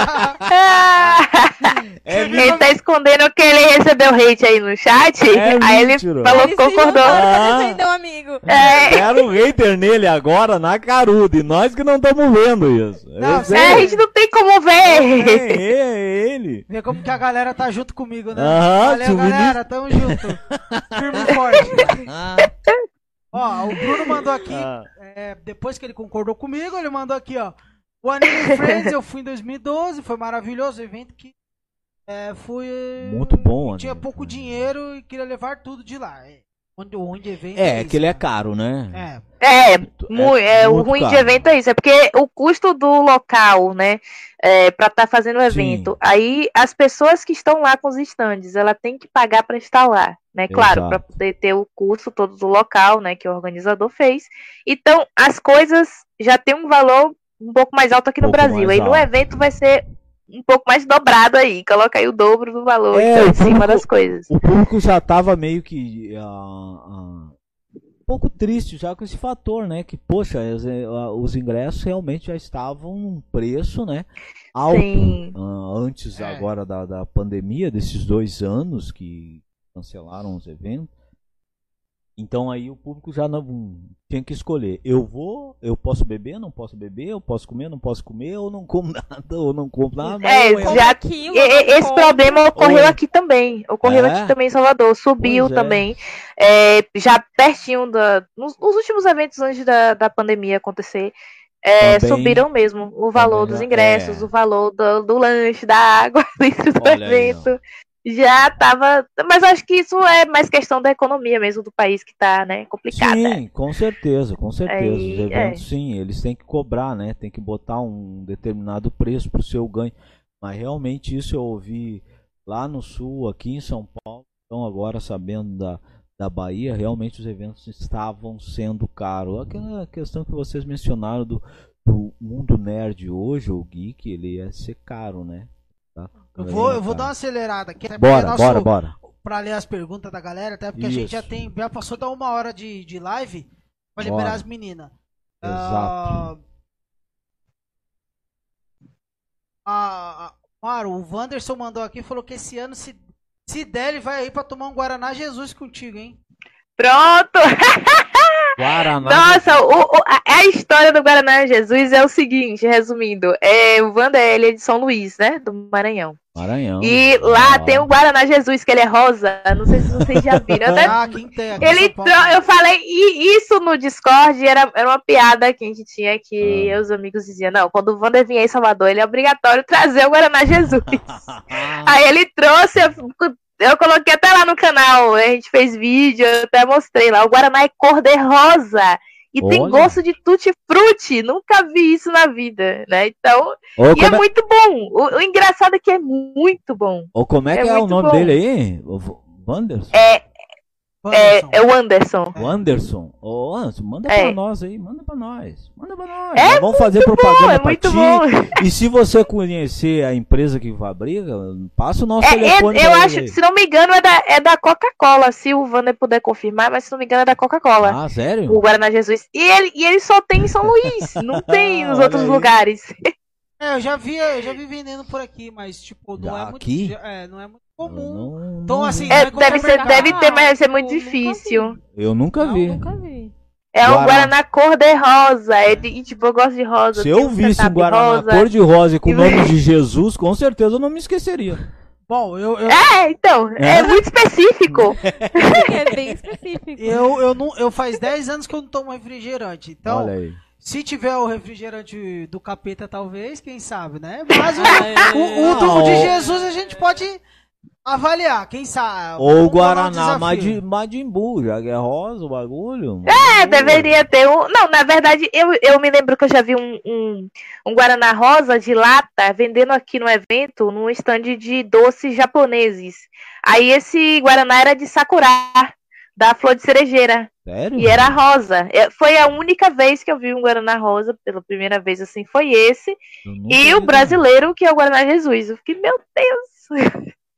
É Ele tá escondendo que ele recebeu hate aí no chat. É aí ele mentira. falou Ele que se juntou concordou. Ah. pra defender o amigo. É, Era o hater nele agora na caruda, e nós que não estamos vendo isso. Não, Eu sei. é, a gente não tem como É, ver. é, é ele. Vê como que a galera tá junto comigo, né? Aham, Valeu, se o galera, tamo junto. Firme e forte. Ó, o Bruno mandou aqui, Ah. é, depois que ele concordou comigo, ele mandou aqui, ó. O Anime Friends eu fui em dois mil e doze, foi maravilhoso, evento que é, fui... Muito bom, Tinha Anime pouco Friends. dinheiro e queria levar tudo de lá. É, onde, onde evento É, isso, que ele é cara. caro, né? É, É, É mu- é, o muito ruim de caro. evento é isso, é porque o custo do local, né, é, para estar fazendo o evento, Sim. aí as pessoas que estão lá com os estandes, ela tem que pagar para estar lá, né, claro, para Exato. poder ter o custo todo do local, né, que o organizador fez. Então, as coisas já têm um valor um pouco mais alto aqui no Pouco Brasil, mais aí no alto. evento vai ser um pouco mais dobrado aí, coloca aí o dobro do valor É, então, o em cima público- das coisas. O público já tava meio que ah, ah, um pouco triste já com esse fator, né? Que, poxa, os, eh, ah, os ingressos realmente já estavam num preço, né? Alto. Sim. Ah, antes É. agora da, da pandemia, desses dois anos que cancelaram os eventos. Então aí o público já não tinha que escolher. Eu vou, eu posso beber, não posso beber, eu posso comer, não posso comer, ou não como nada, ou não compro nada. mas É, eu entro. já- Aquilo, E- e- não Esse compra. problema ocorreu Oi. aqui também. Ocorreu É? aqui também em Salvador. Subiu Pois é. também. É, já pertinho da. Nos, nos últimos eventos antes da, da pandemia acontecer. é, Também- subiram mesmo o valor também dos já- ingressos, é. o valor do, do lanche, da água dentro do Olha aí, evento. Já tava. Mas acho que isso é mais questão da economia mesmo do país que tá, né, complicada. Sim, com certeza, com certeza. Aí, Os eventos, sim, eles têm que cobrar, né? Tem que botar um determinado preço para o seu ganho. Mas realmente isso eu ouvi lá no sul, aqui em São Paulo. Então agora sabendo da, da Bahia, realmente os eventos estavam sendo caros. Aquela questão que vocês mencionaram do, do mundo nerd hoje, o geek, ele ia ser caro, né? Tá? eu vou, eu vou Caro. dar uma acelerada aqui. até porque Bora, nosso- bora, bora. Pra ler as perguntas da galera, até porque a gente já Isso. tem. Já passou da uma hora de, de live pra Bora. liberar as meninas. Exato. Ah, ah, Maro, o Wanderson mandou aqui e falou que esse ano, se, se der, ele vai aí pra tomar um Guaraná Jesus contigo, hein? Pronto! Guaraná. Nossa, o, o, a, a história do Guaraná Jesus é o seguinte, resumindo. É, o Wander, ele é de São Luís, né? Do Maranhão. Maranhão. E lá ah. tem o Guaraná Jesus, que ele é rosa. Não sei se vocês já viram. Até Ah, quem tem aqui ele em São Paulo. tro- eu falei, e isso no Discord era, era uma piada que a gente tinha, que Ah. os amigos diziam, não, quando o Wander vier em Salvador, ele é obrigatório trazer o Guaraná Jesus. Aí ele trouxe, eu, eu coloquei até lá no canal, a gente fez vídeo, eu até mostrei lá, o Guaraná é cor de rosa. E tem Olha. gosto de tutti-frutti, nunca vi isso na vida, né? Então, Ô, e é como é, muito bom. O, o engraçado é que é muito bom. ô, como é é que é o muito nome bom. dele aí? O V- Wanderson? É, Wanderson. é o Anderson. O Anderson. Ô, Anderson, manda É. pra nós aí, manda pra nós. Manda pra nós. É Nós vamos fazer Bom, propaganda é pra muito ti. bom. E se você conhecer a empresa que fabrica, passa o nosso É, é, telefone eu pra acho, ele aí. se não me engano, é da, é da Coca-Cola, se o Wander puder confirmar, mas se não me engano é da Coca-Cola. Ah, sério? O Guaraná Jesus. E ele, e ele só tem em São Luís, não tem nos Olha outros aí. lugares. É, eu já vi, eu já vi vendendo por aqui, mas tipo, não é muito, Aqui? já- é, não é muito Eu comum. não- Então, não assim, vi. não É, é qualquer deve, ser, mercado. deve ter, mas deve ser muito Eu nunca difícil. Eu nunca Não, vi. Nunca vi. É um Guaraná. Guaraná cor de rosa. É de, e, tipo, eu gosto de rosa. Se tem eu um visse um setup Guaraná rosa. cor de rosa e com o E- nome de Jesus, com certeza eu não me esqueceria. Bom, eu, eu, É, então, é, É? muito específico. É bem específico. eu, eu, não, eu faz dez anos que eu não tomo refrigerante. Então, Olha aí. se tiver o refrigerante do capeta, talvez, quem sabe, né? Mas o, Ah, o, o do- Não. de Jesus a gente pode avaliar, quem sabe. Ou o Vamos colocar um Guaraná desafio. Madi- Majin Buu, já que é rosa o bagulho. É, deveria ter um. Não, na verdade, eu, eu me lembro que eu já vi um, um, um Guaraná rosa de lata vendendo aqui no evento, num stand de doces japoneses. Aí esse Guaraná era de Sakura, da flor de cerejeira. Sério? E era rosa. É, Foi a única vez que eu vi um Guaraná rosa, pela primeira vez assim, foi esse. Eu nunca E vi, o não. brasileiro, que é o Guaraná Jesus. Eu fiquei, meu Deus!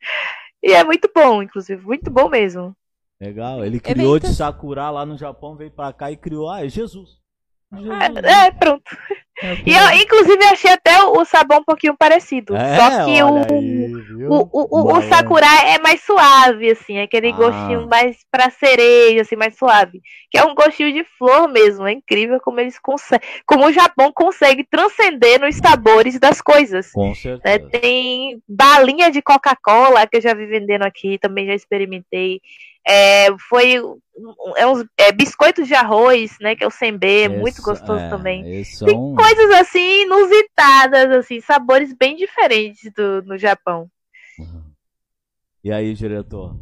E é muito bom, inclusive, muito bom mesmo. Legal, ele É criou bem de Sakura lá no Japão, veio pra cá e criou, ah, é Jesus. Jesus. É, pronto. É, E eu, inclusive, achei até o sabor um pouquinho parecido. É, Só que o, olha aí, viu? o, o, o, o Malandro. Sakura é mais suave, assim, aquele Ah. gostinho mais pra cereja, assim, mais suave. Que é um gostinho de flor mesmo. É incrível como eles conseguem. Como o Japão consegue transcender nos sabores das coisas. Com né? certeza. Tem balinha de Coca-Cola que eu já vi vendendo aqui, também já experimentei. É, foi é uns é, biscoitos de arroz, né? Que é o sembê, muito Esse- gostoso é, também. esses Tem são- coisas assim inusitadas, assim, sabores bem diferentes do, no Japão. E aí, diretor?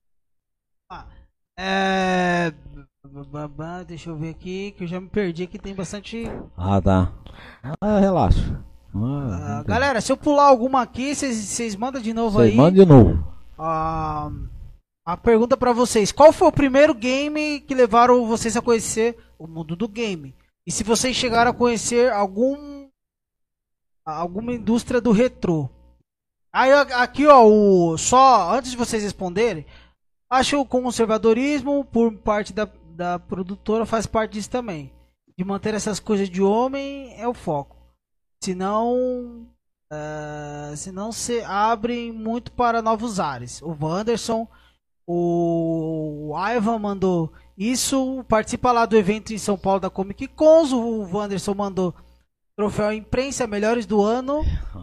É... babá, Deixa eu ver aqui, que eu já me perdi aqui, tem bastante... Ah, tá. Ah, relaxa. Ah, Ah, galera, se eu pular alguma aqui, vocês mandam de novo Vocês aí. mandam de novo. Ah, a pergunta pra vocês: qual foi o primeiro game que levaram vocês a conhecer o mundo do game? E se vocês chegaram a conhecer algum alguma indústria do retrô? Aí a- aqui, ó, o, só antes de vocês responderem, acho que o conservadorismo por parte da, da produtora faz parte disso também. De manter essas coisas de homem é o foco. Senão Uh, se não se abrem muito para novos ares. O Wanderson, o Ivan mandou isso, participa lá do evento em São Paulo da Comic Cons. O Wanderson mandou troféu imprensa melhores do ano.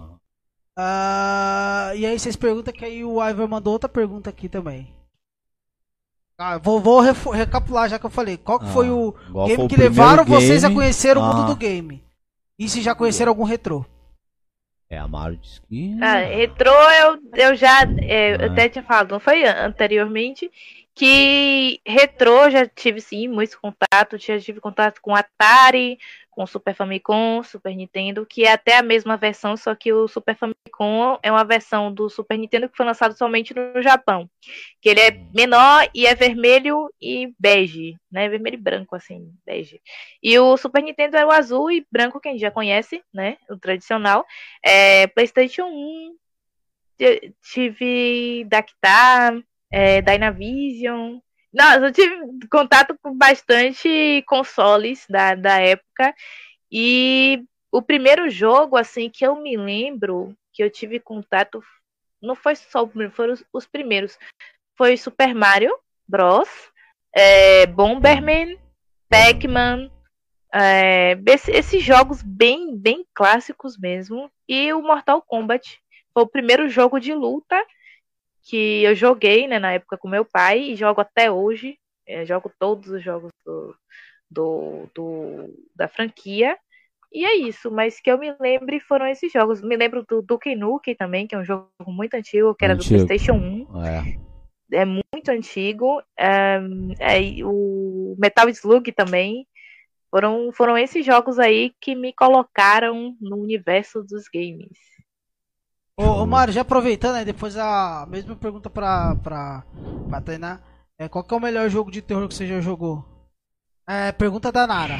Uh, e aí vocês perguntam, que aí o Ivan mandou outra pergunta aqui também. Ah, vou, vou refu- recapitular já que eu falei. Qual que Ah, foi o qual game foi o que primeiro levaram vocês a game? conhecer o mundo Ah. do game? E se já conheceram algum retrô? É, a Mario disse que... Ah, retrô, eu, eu já é, eu Ah. até tinha falado, não foi an- anteriormente, que retrô já tive sim muito contato, já tive contato com Atari, com Super Famicom, Super Nintendo, que é até a mesma versão, só que o Super Famicom é uma versão do Super Nintendo que foi lançado somente no Japão, que ele é menor e é vermelho e bege, né, vermelho e branco assim, bege. E o Super Nintendo é o azul e branco, que a gente já conhece, né, o tradicional. É, PlayStation um, t- tive Dactar, é, Dynavision. Nossa, eu tive contato com bastante consoles da, da época. E o primeiro jogo, assim, que eu me lembro que eu tive contato, não foi só o primeiro, foram os, os primeiros. Foi Super Mario Bros, é, Bomberman Pac-Man, é, esse- esses jogos bem, bem clássicos mesmo. E o Mortal Kombat foi o primeiro jogo de luta que eu joguei, né, na época com meu pai e jogo até hoje. É, jogo todos os jogos do, do, do- da franquia. E é isso, mas que eu me lembre foram esses jogos. Me lembro do Duke Nukem também, que é um jogo muito antigo, que era do Antigo. PlayStation um. É. É muito antigo. É, é, e o Metal Slug também. Foram, foram esses jogos aí que me colocaram no universo dos games. Ô, ô Mário, já aproveitando, né, depois a mesma pergunta pra, pra, pra Tainá. É, qual que é o melhor jogo de terror que você já jogou? É, pergunta da Nara.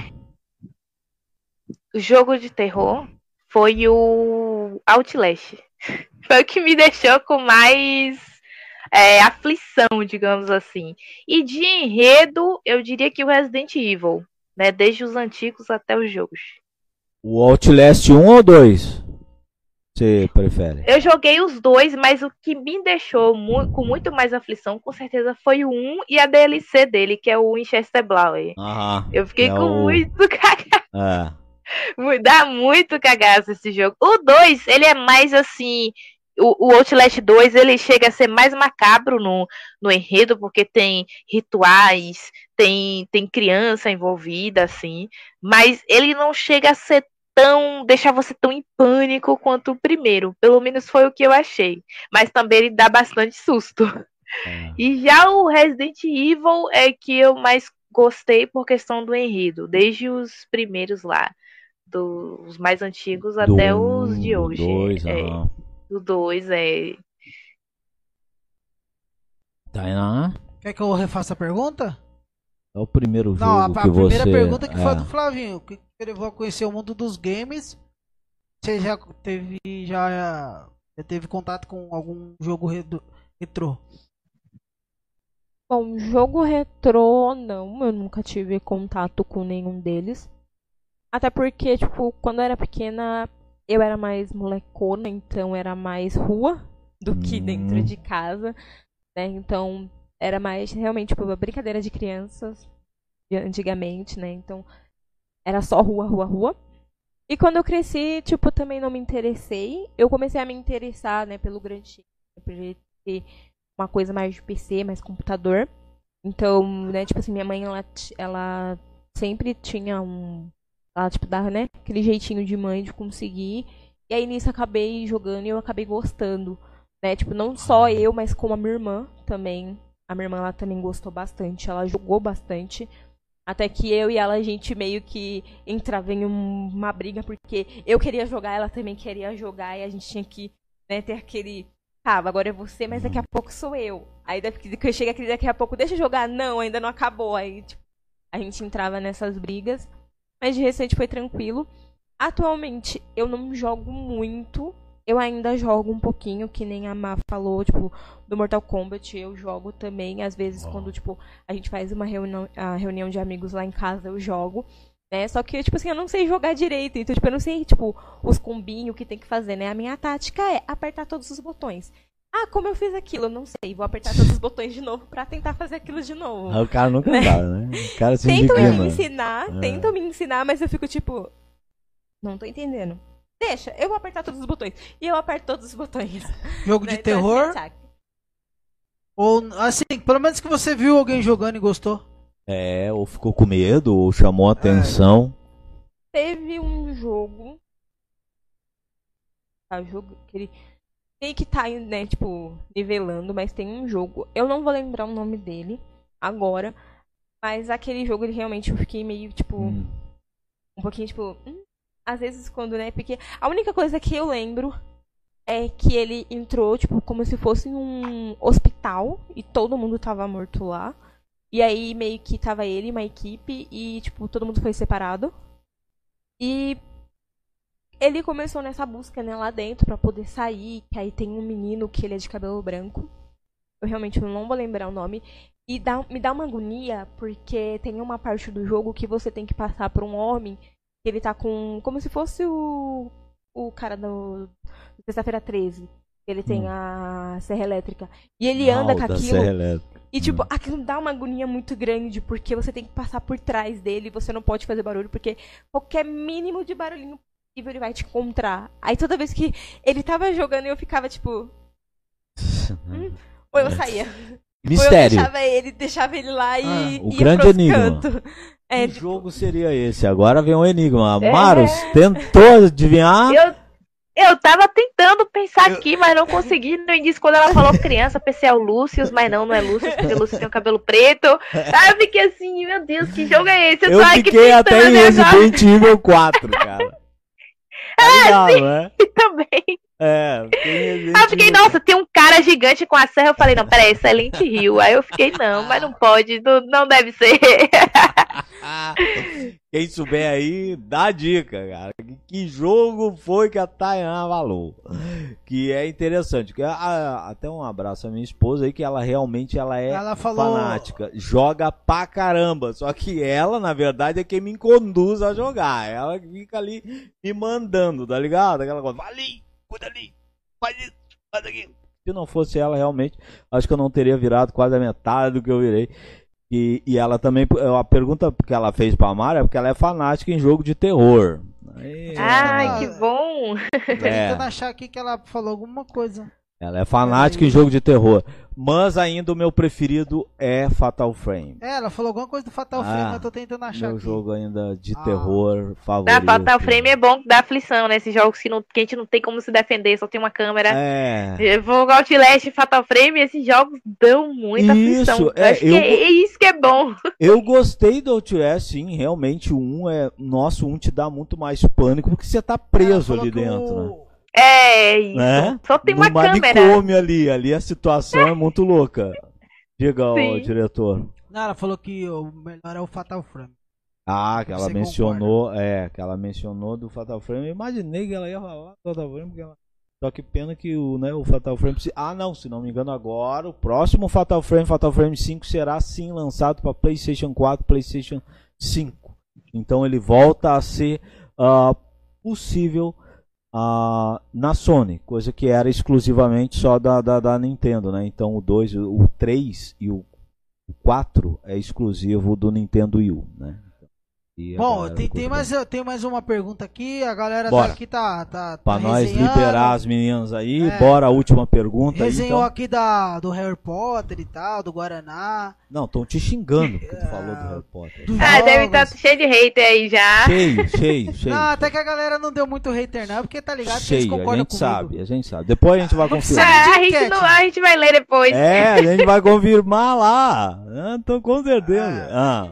O jogo de terror foi o Outlast. Foi o que me deixou com mais é, aflição, digamos assim. E de enredo, eu diria que o Resident Evil, né? Desde os antigos até os jogos. O Outlast um ou dois? Você prefere? Eu joguei os dois, mas o que me deixou mu com muito mais aflição, com certeza, foi o um e a D L C dele, que é o Winchester Blower. Aham. Eu fiquei é com o... muito cagaço. É. Dá muito cagaço esse jogo. O dois, ele é mais assim. O, o Outlast dois, ele chega a ser mais macabro no, no enredo, porque tem rituais, tem, tem criança envolvida, assim. Mas ele não chega a ser tão. Deixar você tão em pânico quanto o primeiro. Pelo menos foi o que eu achei. Mas também ele dá bastante susto. É. E já o Resident Evil é que eu mais gostei por questão do enredo. Desde os primeiros lá. Dos mais antigos até Do os de um, hoje. do dois, é, aham. do dois, é. Tainá? Quer que eu refaça a pergunta? É o primeiro jogo Não, a, a que primeira você... pergunta que é. foi do Flavinho. Que ele vai conhecer o mundo dos games. Você já teve, já, já teve contato com algum jogo redo- retrô? Bom, jogo retrô, não. Eu nunca tive contato com nenhum deles. Até porque, tipo, quando eu era pequena, eu era mais molecona, então era mais rua do que Hum. dentro de casa, né? Então, era mais realmente, tipo, uma brincadeira de crianças de antigamente, né? Então, era só rua, rua, rua. E quando eu cresci, tipo, também não me interessei. Eu comecei a me interessar, né, pelo grande Chile, por ele ter uma coisa mais de P C, mais computador. Então, né, tipo assim, minha mãe, ela, t- ela sempre tinha um... Ela, tipo, dava, né, aquele jeitinho de mãe de conseguir. E aí, nisso, eu acabei jogando e eu acabei gostando, né? Tipo, não só eu, mas como a minha irmã também. A minha irmã, ela também gostou bastante. Ela jogou bastante. Até que eu e ela, a gente meio que entrava em um- uma briga, porque eu queria jogar, ela também queria jogar, e a gente tinha que, né, ter aquele... Tá, agora é você, mas daqui a pouco sou eu. Aí daqui que chega aquele daqui a pouco, deixa eu jogar. Não, ainda não acabou. Aí, tipo, a gente entrava nessas brigas. Mas de recente foi tranquilo. Atualmente, eu não jogo muito. Eu ainda jogo um pouquinho, que nem a Má falou, tipo, do Mortal Kombat, eu jogo também. Às vezes, Oh. quando, tipo, a gente faz uma reunião, a reunião de amigos lá em casa, eu jogo. Né? Só que, tipo assim, eu não sei jogar direito. Então, tipo, eu não sei, tipo, os combinhos que tem que fazer, né? A minha tática é apertar todos os botões. Ah, como eu fiz aquilo? Eu não sei. Vou apertar todos os botões de novo pra tentar fazer aquilo de novo. Ah, o cara nunca dá, né? O cara se Tentam indigna. me ensinar, É. tentam me ensinar, mas eu fico tipo... Não tô entendendo. Deixa, eu vou apertar todos os botões. E eu aperto todos os botões. Jogo né? de Então, terror? esse é a tática. Ou, assim, pelo menos que você viu alguém jogando e gostou. É, ou ficou com medo, ou chamou a atenção. Teve um jogo... Tá, jogo que ele... Tem que tá, né, tipo, nivelando, mas tem um jogo. Eu não vou lembrar o nome dele agora. Mas aquele jogo, ele realmente eu fiquei meio, tipo... Hum. Um pouquinho, tipo... hum, às vezes quando, né, porque... A única coisa que eu lembro é que ele entrou, tipo, como se fosse um hospital. E todo mundo tava morto lá. E aí, meio que tava ele, uma equipe. E, tipo, todo mundo foi separado. E... Ele começou nessa busca, né, lá dentro pra poder sair, que aí tem um menino que ele é de cabelo branco. Eu realmente não vou lembrar o nome. E dá, me dá uma agonia, porque tem uma parte do jogo que você tem que passar por um homem, que ele tá com... Como se fosse o... O cara do... Sexta-feira treze. Ele tem Hum. a serra elétrica. E ele anda Mal com da aquilo. Serra Elétrica. E, tipo, Hum. aquilo dá uma agonia muito grande, porque você tem que passar por trás dele, você não pode fazer barulho, porque qualquer mínimo de barulhinho possível ele vai te encontrar. Aí toda vez que ele tava jogando, eu ficava, tipo... Hum? Ou eu saía. Ou eu Mistério. deixava ele, deixava ele lá e Ah, o ia grande pros enigma. cantos. É, Que tipo, jogo seria esse? Agora vem um enigma. É. Maros, tentou adivinhar? Eu, eu tava tentando pensar aqui, mas não consegui. No início, quando ela falou criança, pensei é o Lúcio, mas não, não é Lúcio, porque o Lúcio tem o cabelo preto. Aí eu fiquei assim, meu Deus, que jogo é esse? Eu tô aqui fiquei até em tentando agora Resident Evil quatro, cara. Tá ligado, né? também. É, tem Resident Aí eu fiquei, Evil. nossa, tem um cara gigante com a serra. Eu falei, não, peraí, Silent Hill. Aí eu fiquei, não, mas não pode, não, não deve ser. Quem souber aí, dá a dica, cara. Que- Que jogo foi que a Tainá falou? Que é interessante. Que a- a- até um abraço à minha esposa aí, que ela realmente ela é Ela falou- fanática. Joga pra caramba. Só que ela, na verdade, é quem me conduz a jogar. Ela fica ali me mandando, tá ligado? Aquela coisa, vai ali, cuida ali, faz isso, faz aquilo. Se não fosse ela, realmente, acho que eu não teria virado quase a metade do que eu virei. E, e ela também, a pergunta que ela fez pra Mara é porque ela é fanática em jogo de terror. Aí, Ai, que bom. Tô é, tentando achar aqui que ela falou alguma coisa. ela é fanática em jogo de terror. Mas ainda o meu preferido é Fatal Frame. É, ela falou alguma coisa do Fatal Ah, Frame, mas eu tô tentando achar Meu aqui. jogo ainda de Ah. terror Da favorito. Fatal Frame é bom que dá aflição, né? Esses jogos que, não, que a gente não tem como se defender, só tem uma câmera. É. Eu vou jogar Outlast e Fatal Frame, esses jogos dão muita Isso, aflição. é, Acho que eu- é, é isso que é bom. Eu gostei do Outlast, sim, realmente o um é. Nossa, o um te dá muito mais pânico porque você tá Ela preso falou ali que dentro, o- né? É isso. Né? Só tem No uma câmera. manicômio ali, ali a situação é muito louca. Diga, ô, Sim. diretor. Não, ela falou que o melhor é o Fatal Frame. Ah, que ela Você mencionou, é, que ela mencionou do Fatal Frame. Eu imaginei que ela ia falar do Fatal Frame, porque ela... Só que pena que o, né, o Fatal Frame. Ah, não, se não me engano, agora o próximo Fatal Frame, Fatal Frame cinco, será sim lançado para PlayStation quatro, PlayStation cinco. Então ele volta a ser ah, possível ah, na Sony, coisa que era exclusivamente só da, da, da Nintendo, né? Então o dois, o três e o quatro é exclusivo do Nintendo Wii U, né? E a Bom, galera tem, do tem, Cusco- mais, eu tenho mais uma pergunta aqui. A galera Bora. tá aqui tá, tá, Pra tá nós resenhando. liberar as meninas aí, É. bora a última pergunta aí, Resenhou então. aqui da, do Harry Potter e tal, do Guaraná. Não, estão te xingando porque tu falou do Harry Potter. Dos Ah, deve jogos. estar cheio de hater aí já. Cheio, cheio, cheio. Não, até que a galera não deu muito hater não, porque tá ligado que eles Cheio, a concordam gente comigo. sabe, a gente sabe. Depois a gente vai Vamos confirmar. Ah, a, de gente enquete. não, a gente vai ler depois. É, a gente vai confirmar lá. Ah, Então, com certeza. Ah,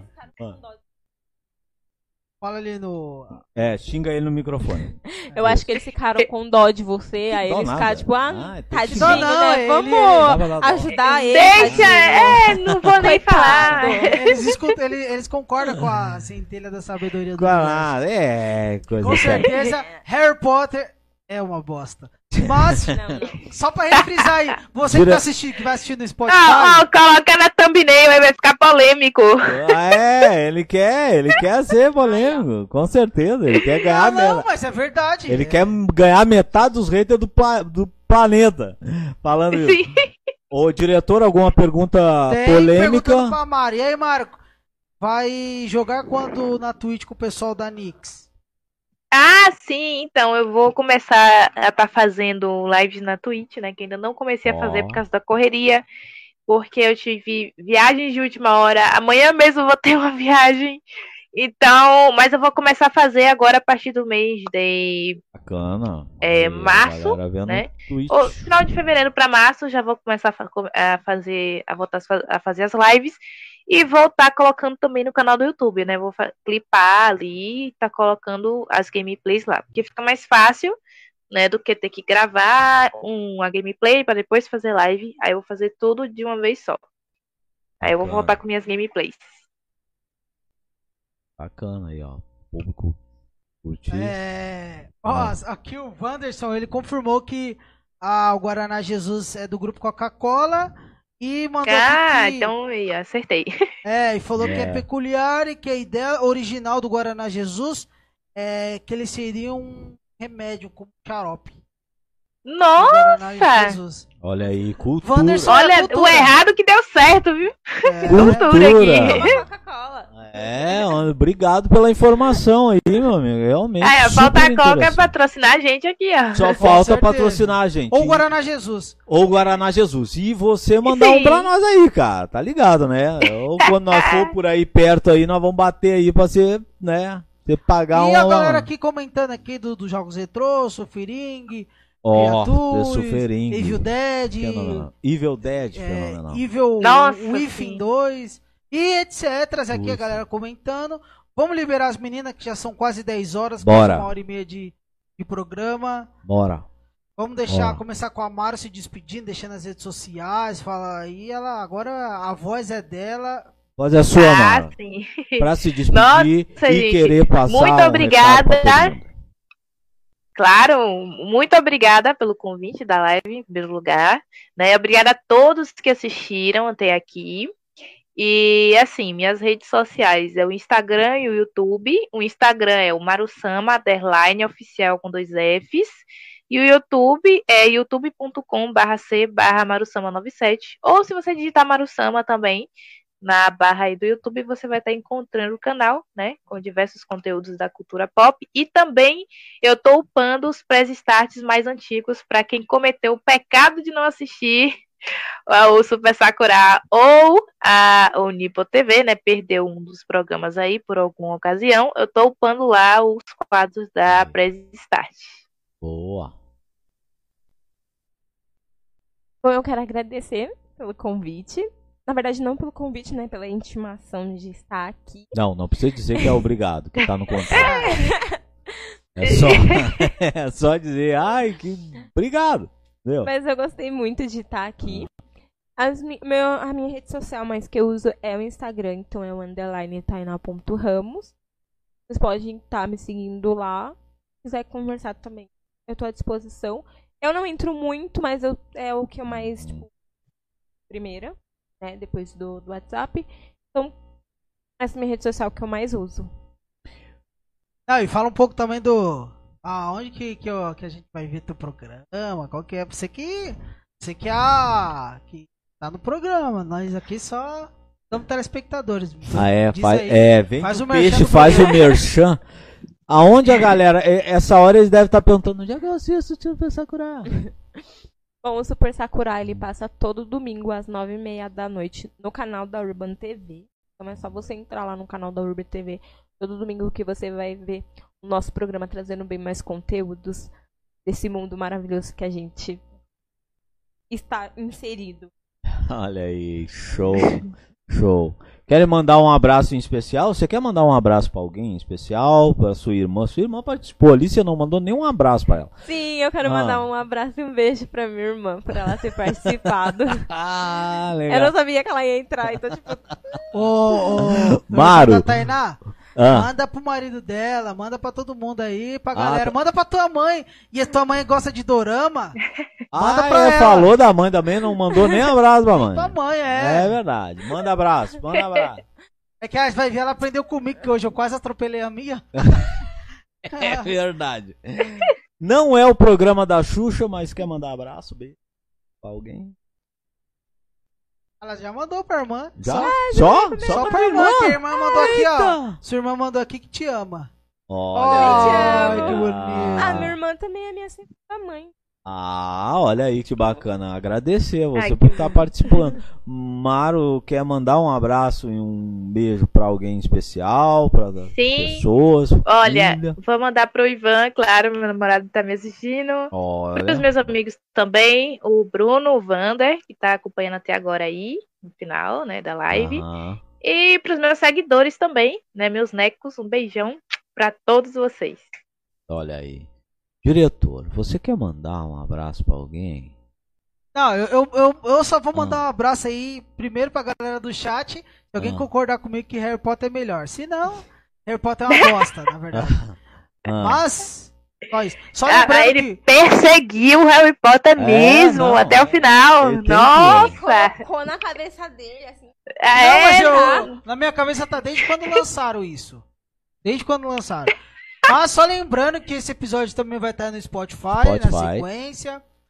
Fala ali no... é, xinga ele no microfone. eu acho que eles ficaram com dó de você, aí Dó eles nada. ficaram tipo, ah, Ah, tem que tadinho, xingar. Não, não, né? ele- Vamos Dá pra dar dó. ajudar ele. Deixa, tadinho. é, não vou nem falar. Eles, escutam, eles, eles concordam com a centelha da sabedoria do Ah, é, coisa Com séria. certeza, Harry Potter é uma bosta. Mas, Não, não. só pra refrisar aí, você que Dire- tá assistindo, que vai assistir no Spotify, Ó, ó, coloca na thumbnail, aí vai ficar polêmico. Ah, é, ele quer, ele quer ser polêmico, com certeza. Ele quer ganhar, ah, não, me- mas é verdade. ele É. quer ganhar metade dos haters do, pla- do planeta. Falando isso. Sim. Ô, diretor, alguma pergunta Tem polêmica? perguntando pra Mari. E aí, Marco, vai jogar quando na Twitch com o pessoal da Nix? Ah, sim, então eu vou começar a estar fazendo lives na Twitch, né? Que ainda não comecei a fazer Ó. por causa da correria, porque eu tive viagens de última hora. Amanhã mesmo eu vou ter uma viagem. Então, mas eu vou começar a fazer agora a partir do mês de Bacana. É, Aí, a março, galera vendo né? Twitch. ou, final de fevereiro para março, já vou começar a, fa- a fazer a voltar a fa- a fazer as lives e vou estar colocando também no canal do YouTube, né? Vou fa- clipar ali e tá colocando as gameplays lá, porque fica mais fácil, né, do que ter que gravar uma gameplay para depois fazer live. Aí eu vou fazer tudo de uma vez só. Aí eu vou Bacana. voltar com minhas gameplays. Bacana aí, ó. Público curtir. É... Ó, Ah. aqui o Wanderson, ele confirmou que ah, o Guaraná Jesus é do grupo Coca-Cola e mandou Ah, aqui que... então eu acertei. É, e falou que é É. peculiar e que a ideia original do Guaraná Jesus é que ele seria um remédio como xarope. Nossa! Jesus. Olha aí, cultura. Wanderson, Olha, cultura. o errado que deu certo, viu? É, Cultura aqui. Uma Coca-Cola. É, obrigado pela informação aí, meu amigo. Realmente. Aí, ó, super falta a Coca interessante. patrocinar a gente aqui, ó. Só Com falta certeza. patrocinar a gente. Ou Guaraná Jesus. Ou Guaraná Jesus. E você mandar um Sim. pra nós aí, cara. Tá ligado, né? Ou quando nós for por aí perto aí, nós vamos bater aí pra você, né? Você pagar E a uma... galera aqui comentando aqui do- dos jogos retrô, Sufiring, Ó, Creatures, The Suffering. Evil Dead, Fenomenal. Evil Dead, é, fenomenal. Evil Nossa, Within sim. dois e etcétera. Aqui a Within. galera comentando. Vamos liberar as meninas, que já são quase dez horas, Bora. quase uma hora e meia de, de programa. Bora. Vamos deixar, Bora. começar com a Mara se despedindo, deixando as redes sociais, fala aí, ela agora a voz é dela. Pode é a sua, Ah, Mara. sim. Pra se despedir Nossa, e gente. querer passar Muito um obrigada. recado pra todo mundo. Claro, muito obrigada pelo convite da live, em primeiro lugar. Né? Obrigada a todos que assistiram até aqui. E assim, minhas redes sociais é o Instagram e o YouTube. O Instagram é o Marusama, underline, oficial com dois Fs. E o YouTube é youtube ponto com barra c barra Marusama noventa e sete. Ou se você digitar Marusama também, na barra aí do YouTube, você vai estar encontrando o canal, né? Com diversos conteúdos da cultura pop. E também eu tô upando os pré-starts mais antigos para quem cometeu o pecado de não assistir o Super Sakura ou a o Nipo T V, né? Perdeu um dos programas aí por alguma ocasião. Eu tô upando lá os quadros da pré-start. Boa. Bom, eu quero agradecer pelo convite. Na verdade, não pelo convite, né? Pela intimação de estar aqui. Não, não precisa dizer que é obrigado, que tá no contrato. É só, é só dizer, ai, que obrigado. Entendeu? Mas eu gostei muito de estar aqui. As mi- meu, a minha rede social mais que eu uso é o Instagram, então é o underline tainá.ramos. Vocês podem estar me seguindo lá. Se quiser conversar também, eu tô à disposição. Eu não entro muito, mas eu, é o que eu mais, tipo, primeira, né, depois do, do WhatsApp. Então, essa é a minha rede social que eu mais uso. Ah, e fala um pouco também do. Aonde que, que, eu- que a gente vai ver teu programa? Qual que é? Você que. Você que é a. Que tá no programa. Nós aqui só somos telespectadores. Ah, é, Diz faz, aí. é vem Faz com o o merchan peixe, do faz o programa. merchan. Aonde a galera, é- essa hora eles devem estar perguntando, onde é que eu assisto o Super Sakura? Bom, o Super Sakura, ele passa todo domingo às nove e meia da noite no canal da Urban T V. Então é só você entrar lá no canal da Urban T V todo domingo que você vai ver o nosso programa trazendo bem mais conteúdos desse mundo maravilhoso que a gente está inserido. Olha aí, show, show. Querem mandar um abraço em especial? Você quer mandar um abraço pra alguém em especial? Pra sua irmã? Sua irmã participou ali, você não mandou nenhum abraço pra ela. Sim, eu quero Ah. mandar um abraço e um beijo pra minha irmã, por ela ter participado. Ah, Eu legal. não sabia que ela ia entrar, então, tipo, Ô, ô, Maru. Tainá, Ah, manda pro marido dela, manda pra todo mundo aí, pra Ah, galera. tá. Manda pra tua mãe. E a tua mãe gosta de dorama? Manda ah pra é, ela. falou da mãe também, não mandou nem abraço pra mãe. Tua mãe, É é. verdade, manda abraço, manda abraço. É que ela vai ver, ela aprendeu comigo, que hoje eu quase atropelei a minha. É verdade. Não é o programa da Xuxa, mas quer mandar abraço, beijo pra alguém? Ela já mandou pra irmã. Já? Só, Só? só Só pra pra irmã, irmã? que a irmã mandou aqui, ó. Eita. Sua irmã mandou aqui que te ama. Olha Ai, aí. que bonito. ah, minha irmã também é minha segunda mãe. Ah, olha aí que bacana. Agradecer a você Ai, por que estar participando. Maru quer mandar um abraço e um beijo pra alguém especial, pra Sim. pessoas. Olha, família. vou mandar pro Ivan, claro, meu namorado tá me assistindo. Para os Olha. meus amigos também, o Bruno, o Vander, que tá acompanhando até agora aí, no final, né, da live. Aham. E para os meus seguidores também, né, meus necos, um beijão para todos vocês. Olha aí. Diretor, você quer mandar um abraço pra alguém? Não, eu, eu, eu, eu só vou mandar Ah. um abraço aí, primeiro pra galera do chat. Se alguém Ah. concordar comigo que Harry Potter é melhor. Se não, Harry Potter é uma bosta, na verdade. Ah. Mas, só isso. Só Ah, lembrando ele que... perseguiu o Harry Potter É, mesmo, não, até o final. ele tem que- Nossa! Colocou na cabeça dele, assim. Ah, Não, mas é, eu, tá? na minha cabeça tá desde quando lançaram isso. Desde quando lançaram. Mas só lembrando que esse episódio também vai estar no Spotify, Spotify. na sequência.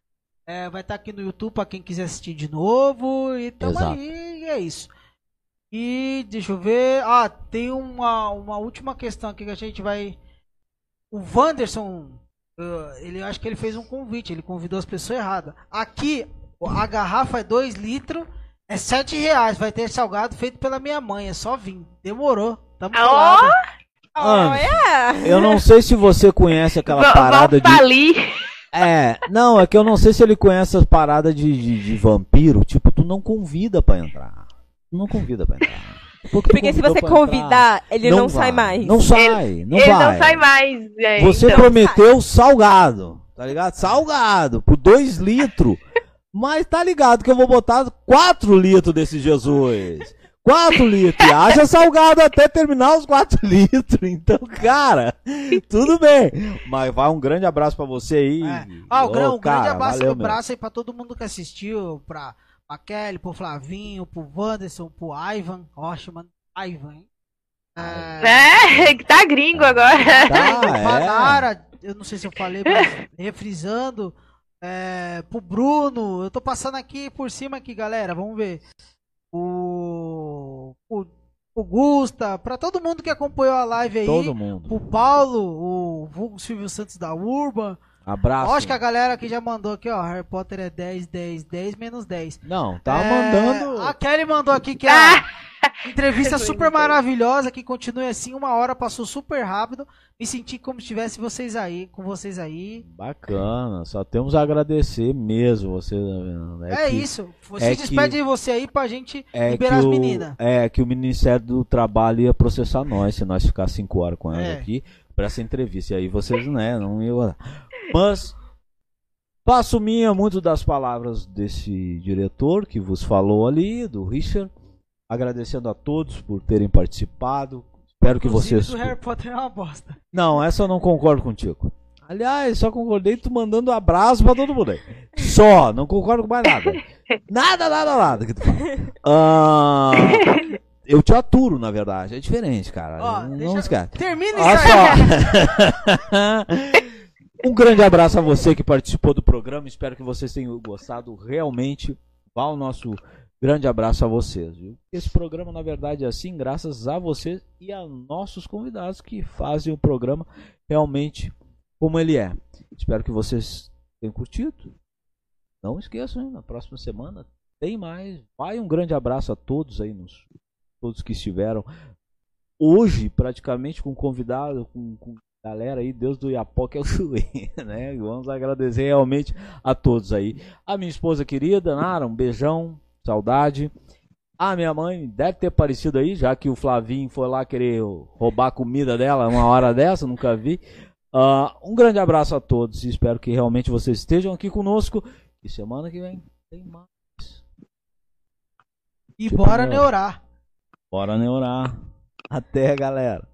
É, vai estar aqui no YouTube pra quem quiser assistir de novo. E tamo Exato. aí, e é isso. E deixa eu ver. Ah, tem uma, uma última questão aqui que a gente vai. O Wanderson, uh, ele acho que ele fez um convite, ele convidou as pessoas erradas. Aqui, a garrafa é dois litros, é sete reais. Vai ter salgado feito pela minha mãe, é só vir. Demorou. Tamo Ó! colado. Olha! Eu não sei se você conhece aquela Va- parada Vamos de. falir. É, não, é que eu não sei se ele conhece as paradas de, de, de vampiro. Tipo, tu não convida pra entrar. Tu não convida pra entrar. Porque, tu Porque se convidou você pra entrar, convidar, ele não, sai vai. mais. Não sai, não Ele vai. não sai mais. É, Você então. prometeu salgado, tá ligado? Salgado, por dois litros. Mas tá ligado que eu vou botar quatro litros desse Jesus. quatro litros. E haja salgado até terminar os quatro litros. Então, cara, tudo bem. Mas vai um grande abraço pra você aí. É. Ah, o Ô, gran- um grande cara, abraço, valeu abraço aí pra todo mundo que assistiu, pra, pra Kelly, pro Flavinho, pro Wanderson, pro Ivan. Ó, chamando Ivan, hein? É, É, que tá gringo agora. Tá, pra é. Nara, eu não sei se eu falei, mas refrisando. É, pro Bruno, eu tô passando aqui por cima aqui, galera, vamos ver. O, o, o Gusta, pra todo mundo que acompanhou a live aí. Todo mundo. O Paulo, o vulgo Silvio Santos da Urban. Abraço. Acho que a galera que já mandou aqui, ó. Harry Potter é dez, dez, dez, menos dez. Não, tá É, mandando. A Kelly mandou aqui que a entrevista super maravilhosa, que continue assim, uma hora passou super rápido. Me senti como se tivesse vocês aí, com vocês aí. Bacana, só temos a agradecer mesmo você. É, que- isso. Você é despede que- de você aí pra gente É liberar que, as o, meninas. é que o Ministério do Trabalho ia processar nós se nós ficar cinco horas com elas É. aqui pra essa entrevista. E aí vocês, né, não iam. Mas passo minha muito das palavras desse diretor que vos falou ali, do Richard. Agradecendo a todos por terem participado. Espero que Inclusive, vocês. do Harry Potter é uma bosta. Não, essa eu não concordo contigo. Aliás, só concordei tu mandando abraço pra todo mundo aí. Só, não concordo com mais nada. Nada, nada, nada que tu fala. Ah, eu te aturo, na verdade. É diferente, cara. Ó, não deixa- esquece. Termina Olha isso aí. só. Um grande abraço a você que participou do programa. Espero que vocês tenham gostado. Realmente, vá o nosso grande abraço a vocês. Viu? Esse programa, na verdade, é assim, graças a vocês e a nossos convidados que fazem o programa realmente como ele é. Espero que vocês tenham curtido. Não esqueçam, hein? Na próxima semana tem mais. Vai um grande abraço a todos aí, nos, todos que estiveram hoje, praticamente com convidado, com, com galera aí, Deus do Iapoca é o Chuê, né? Vamos agradecer realmente a todos aí. A minha esposa querida, Nara, um beijão, saudade. A minha mãe deve ter aparecido aí, já que o Flavinho foi lá querer roubar a comida dela uma hora dessa, nunca vi. Uh, um grande abraço a todos e espero que realmente vocês estejam aqui conosco. E semana que vem tem mais. E bora neurar. Bora neurar. Até, galera.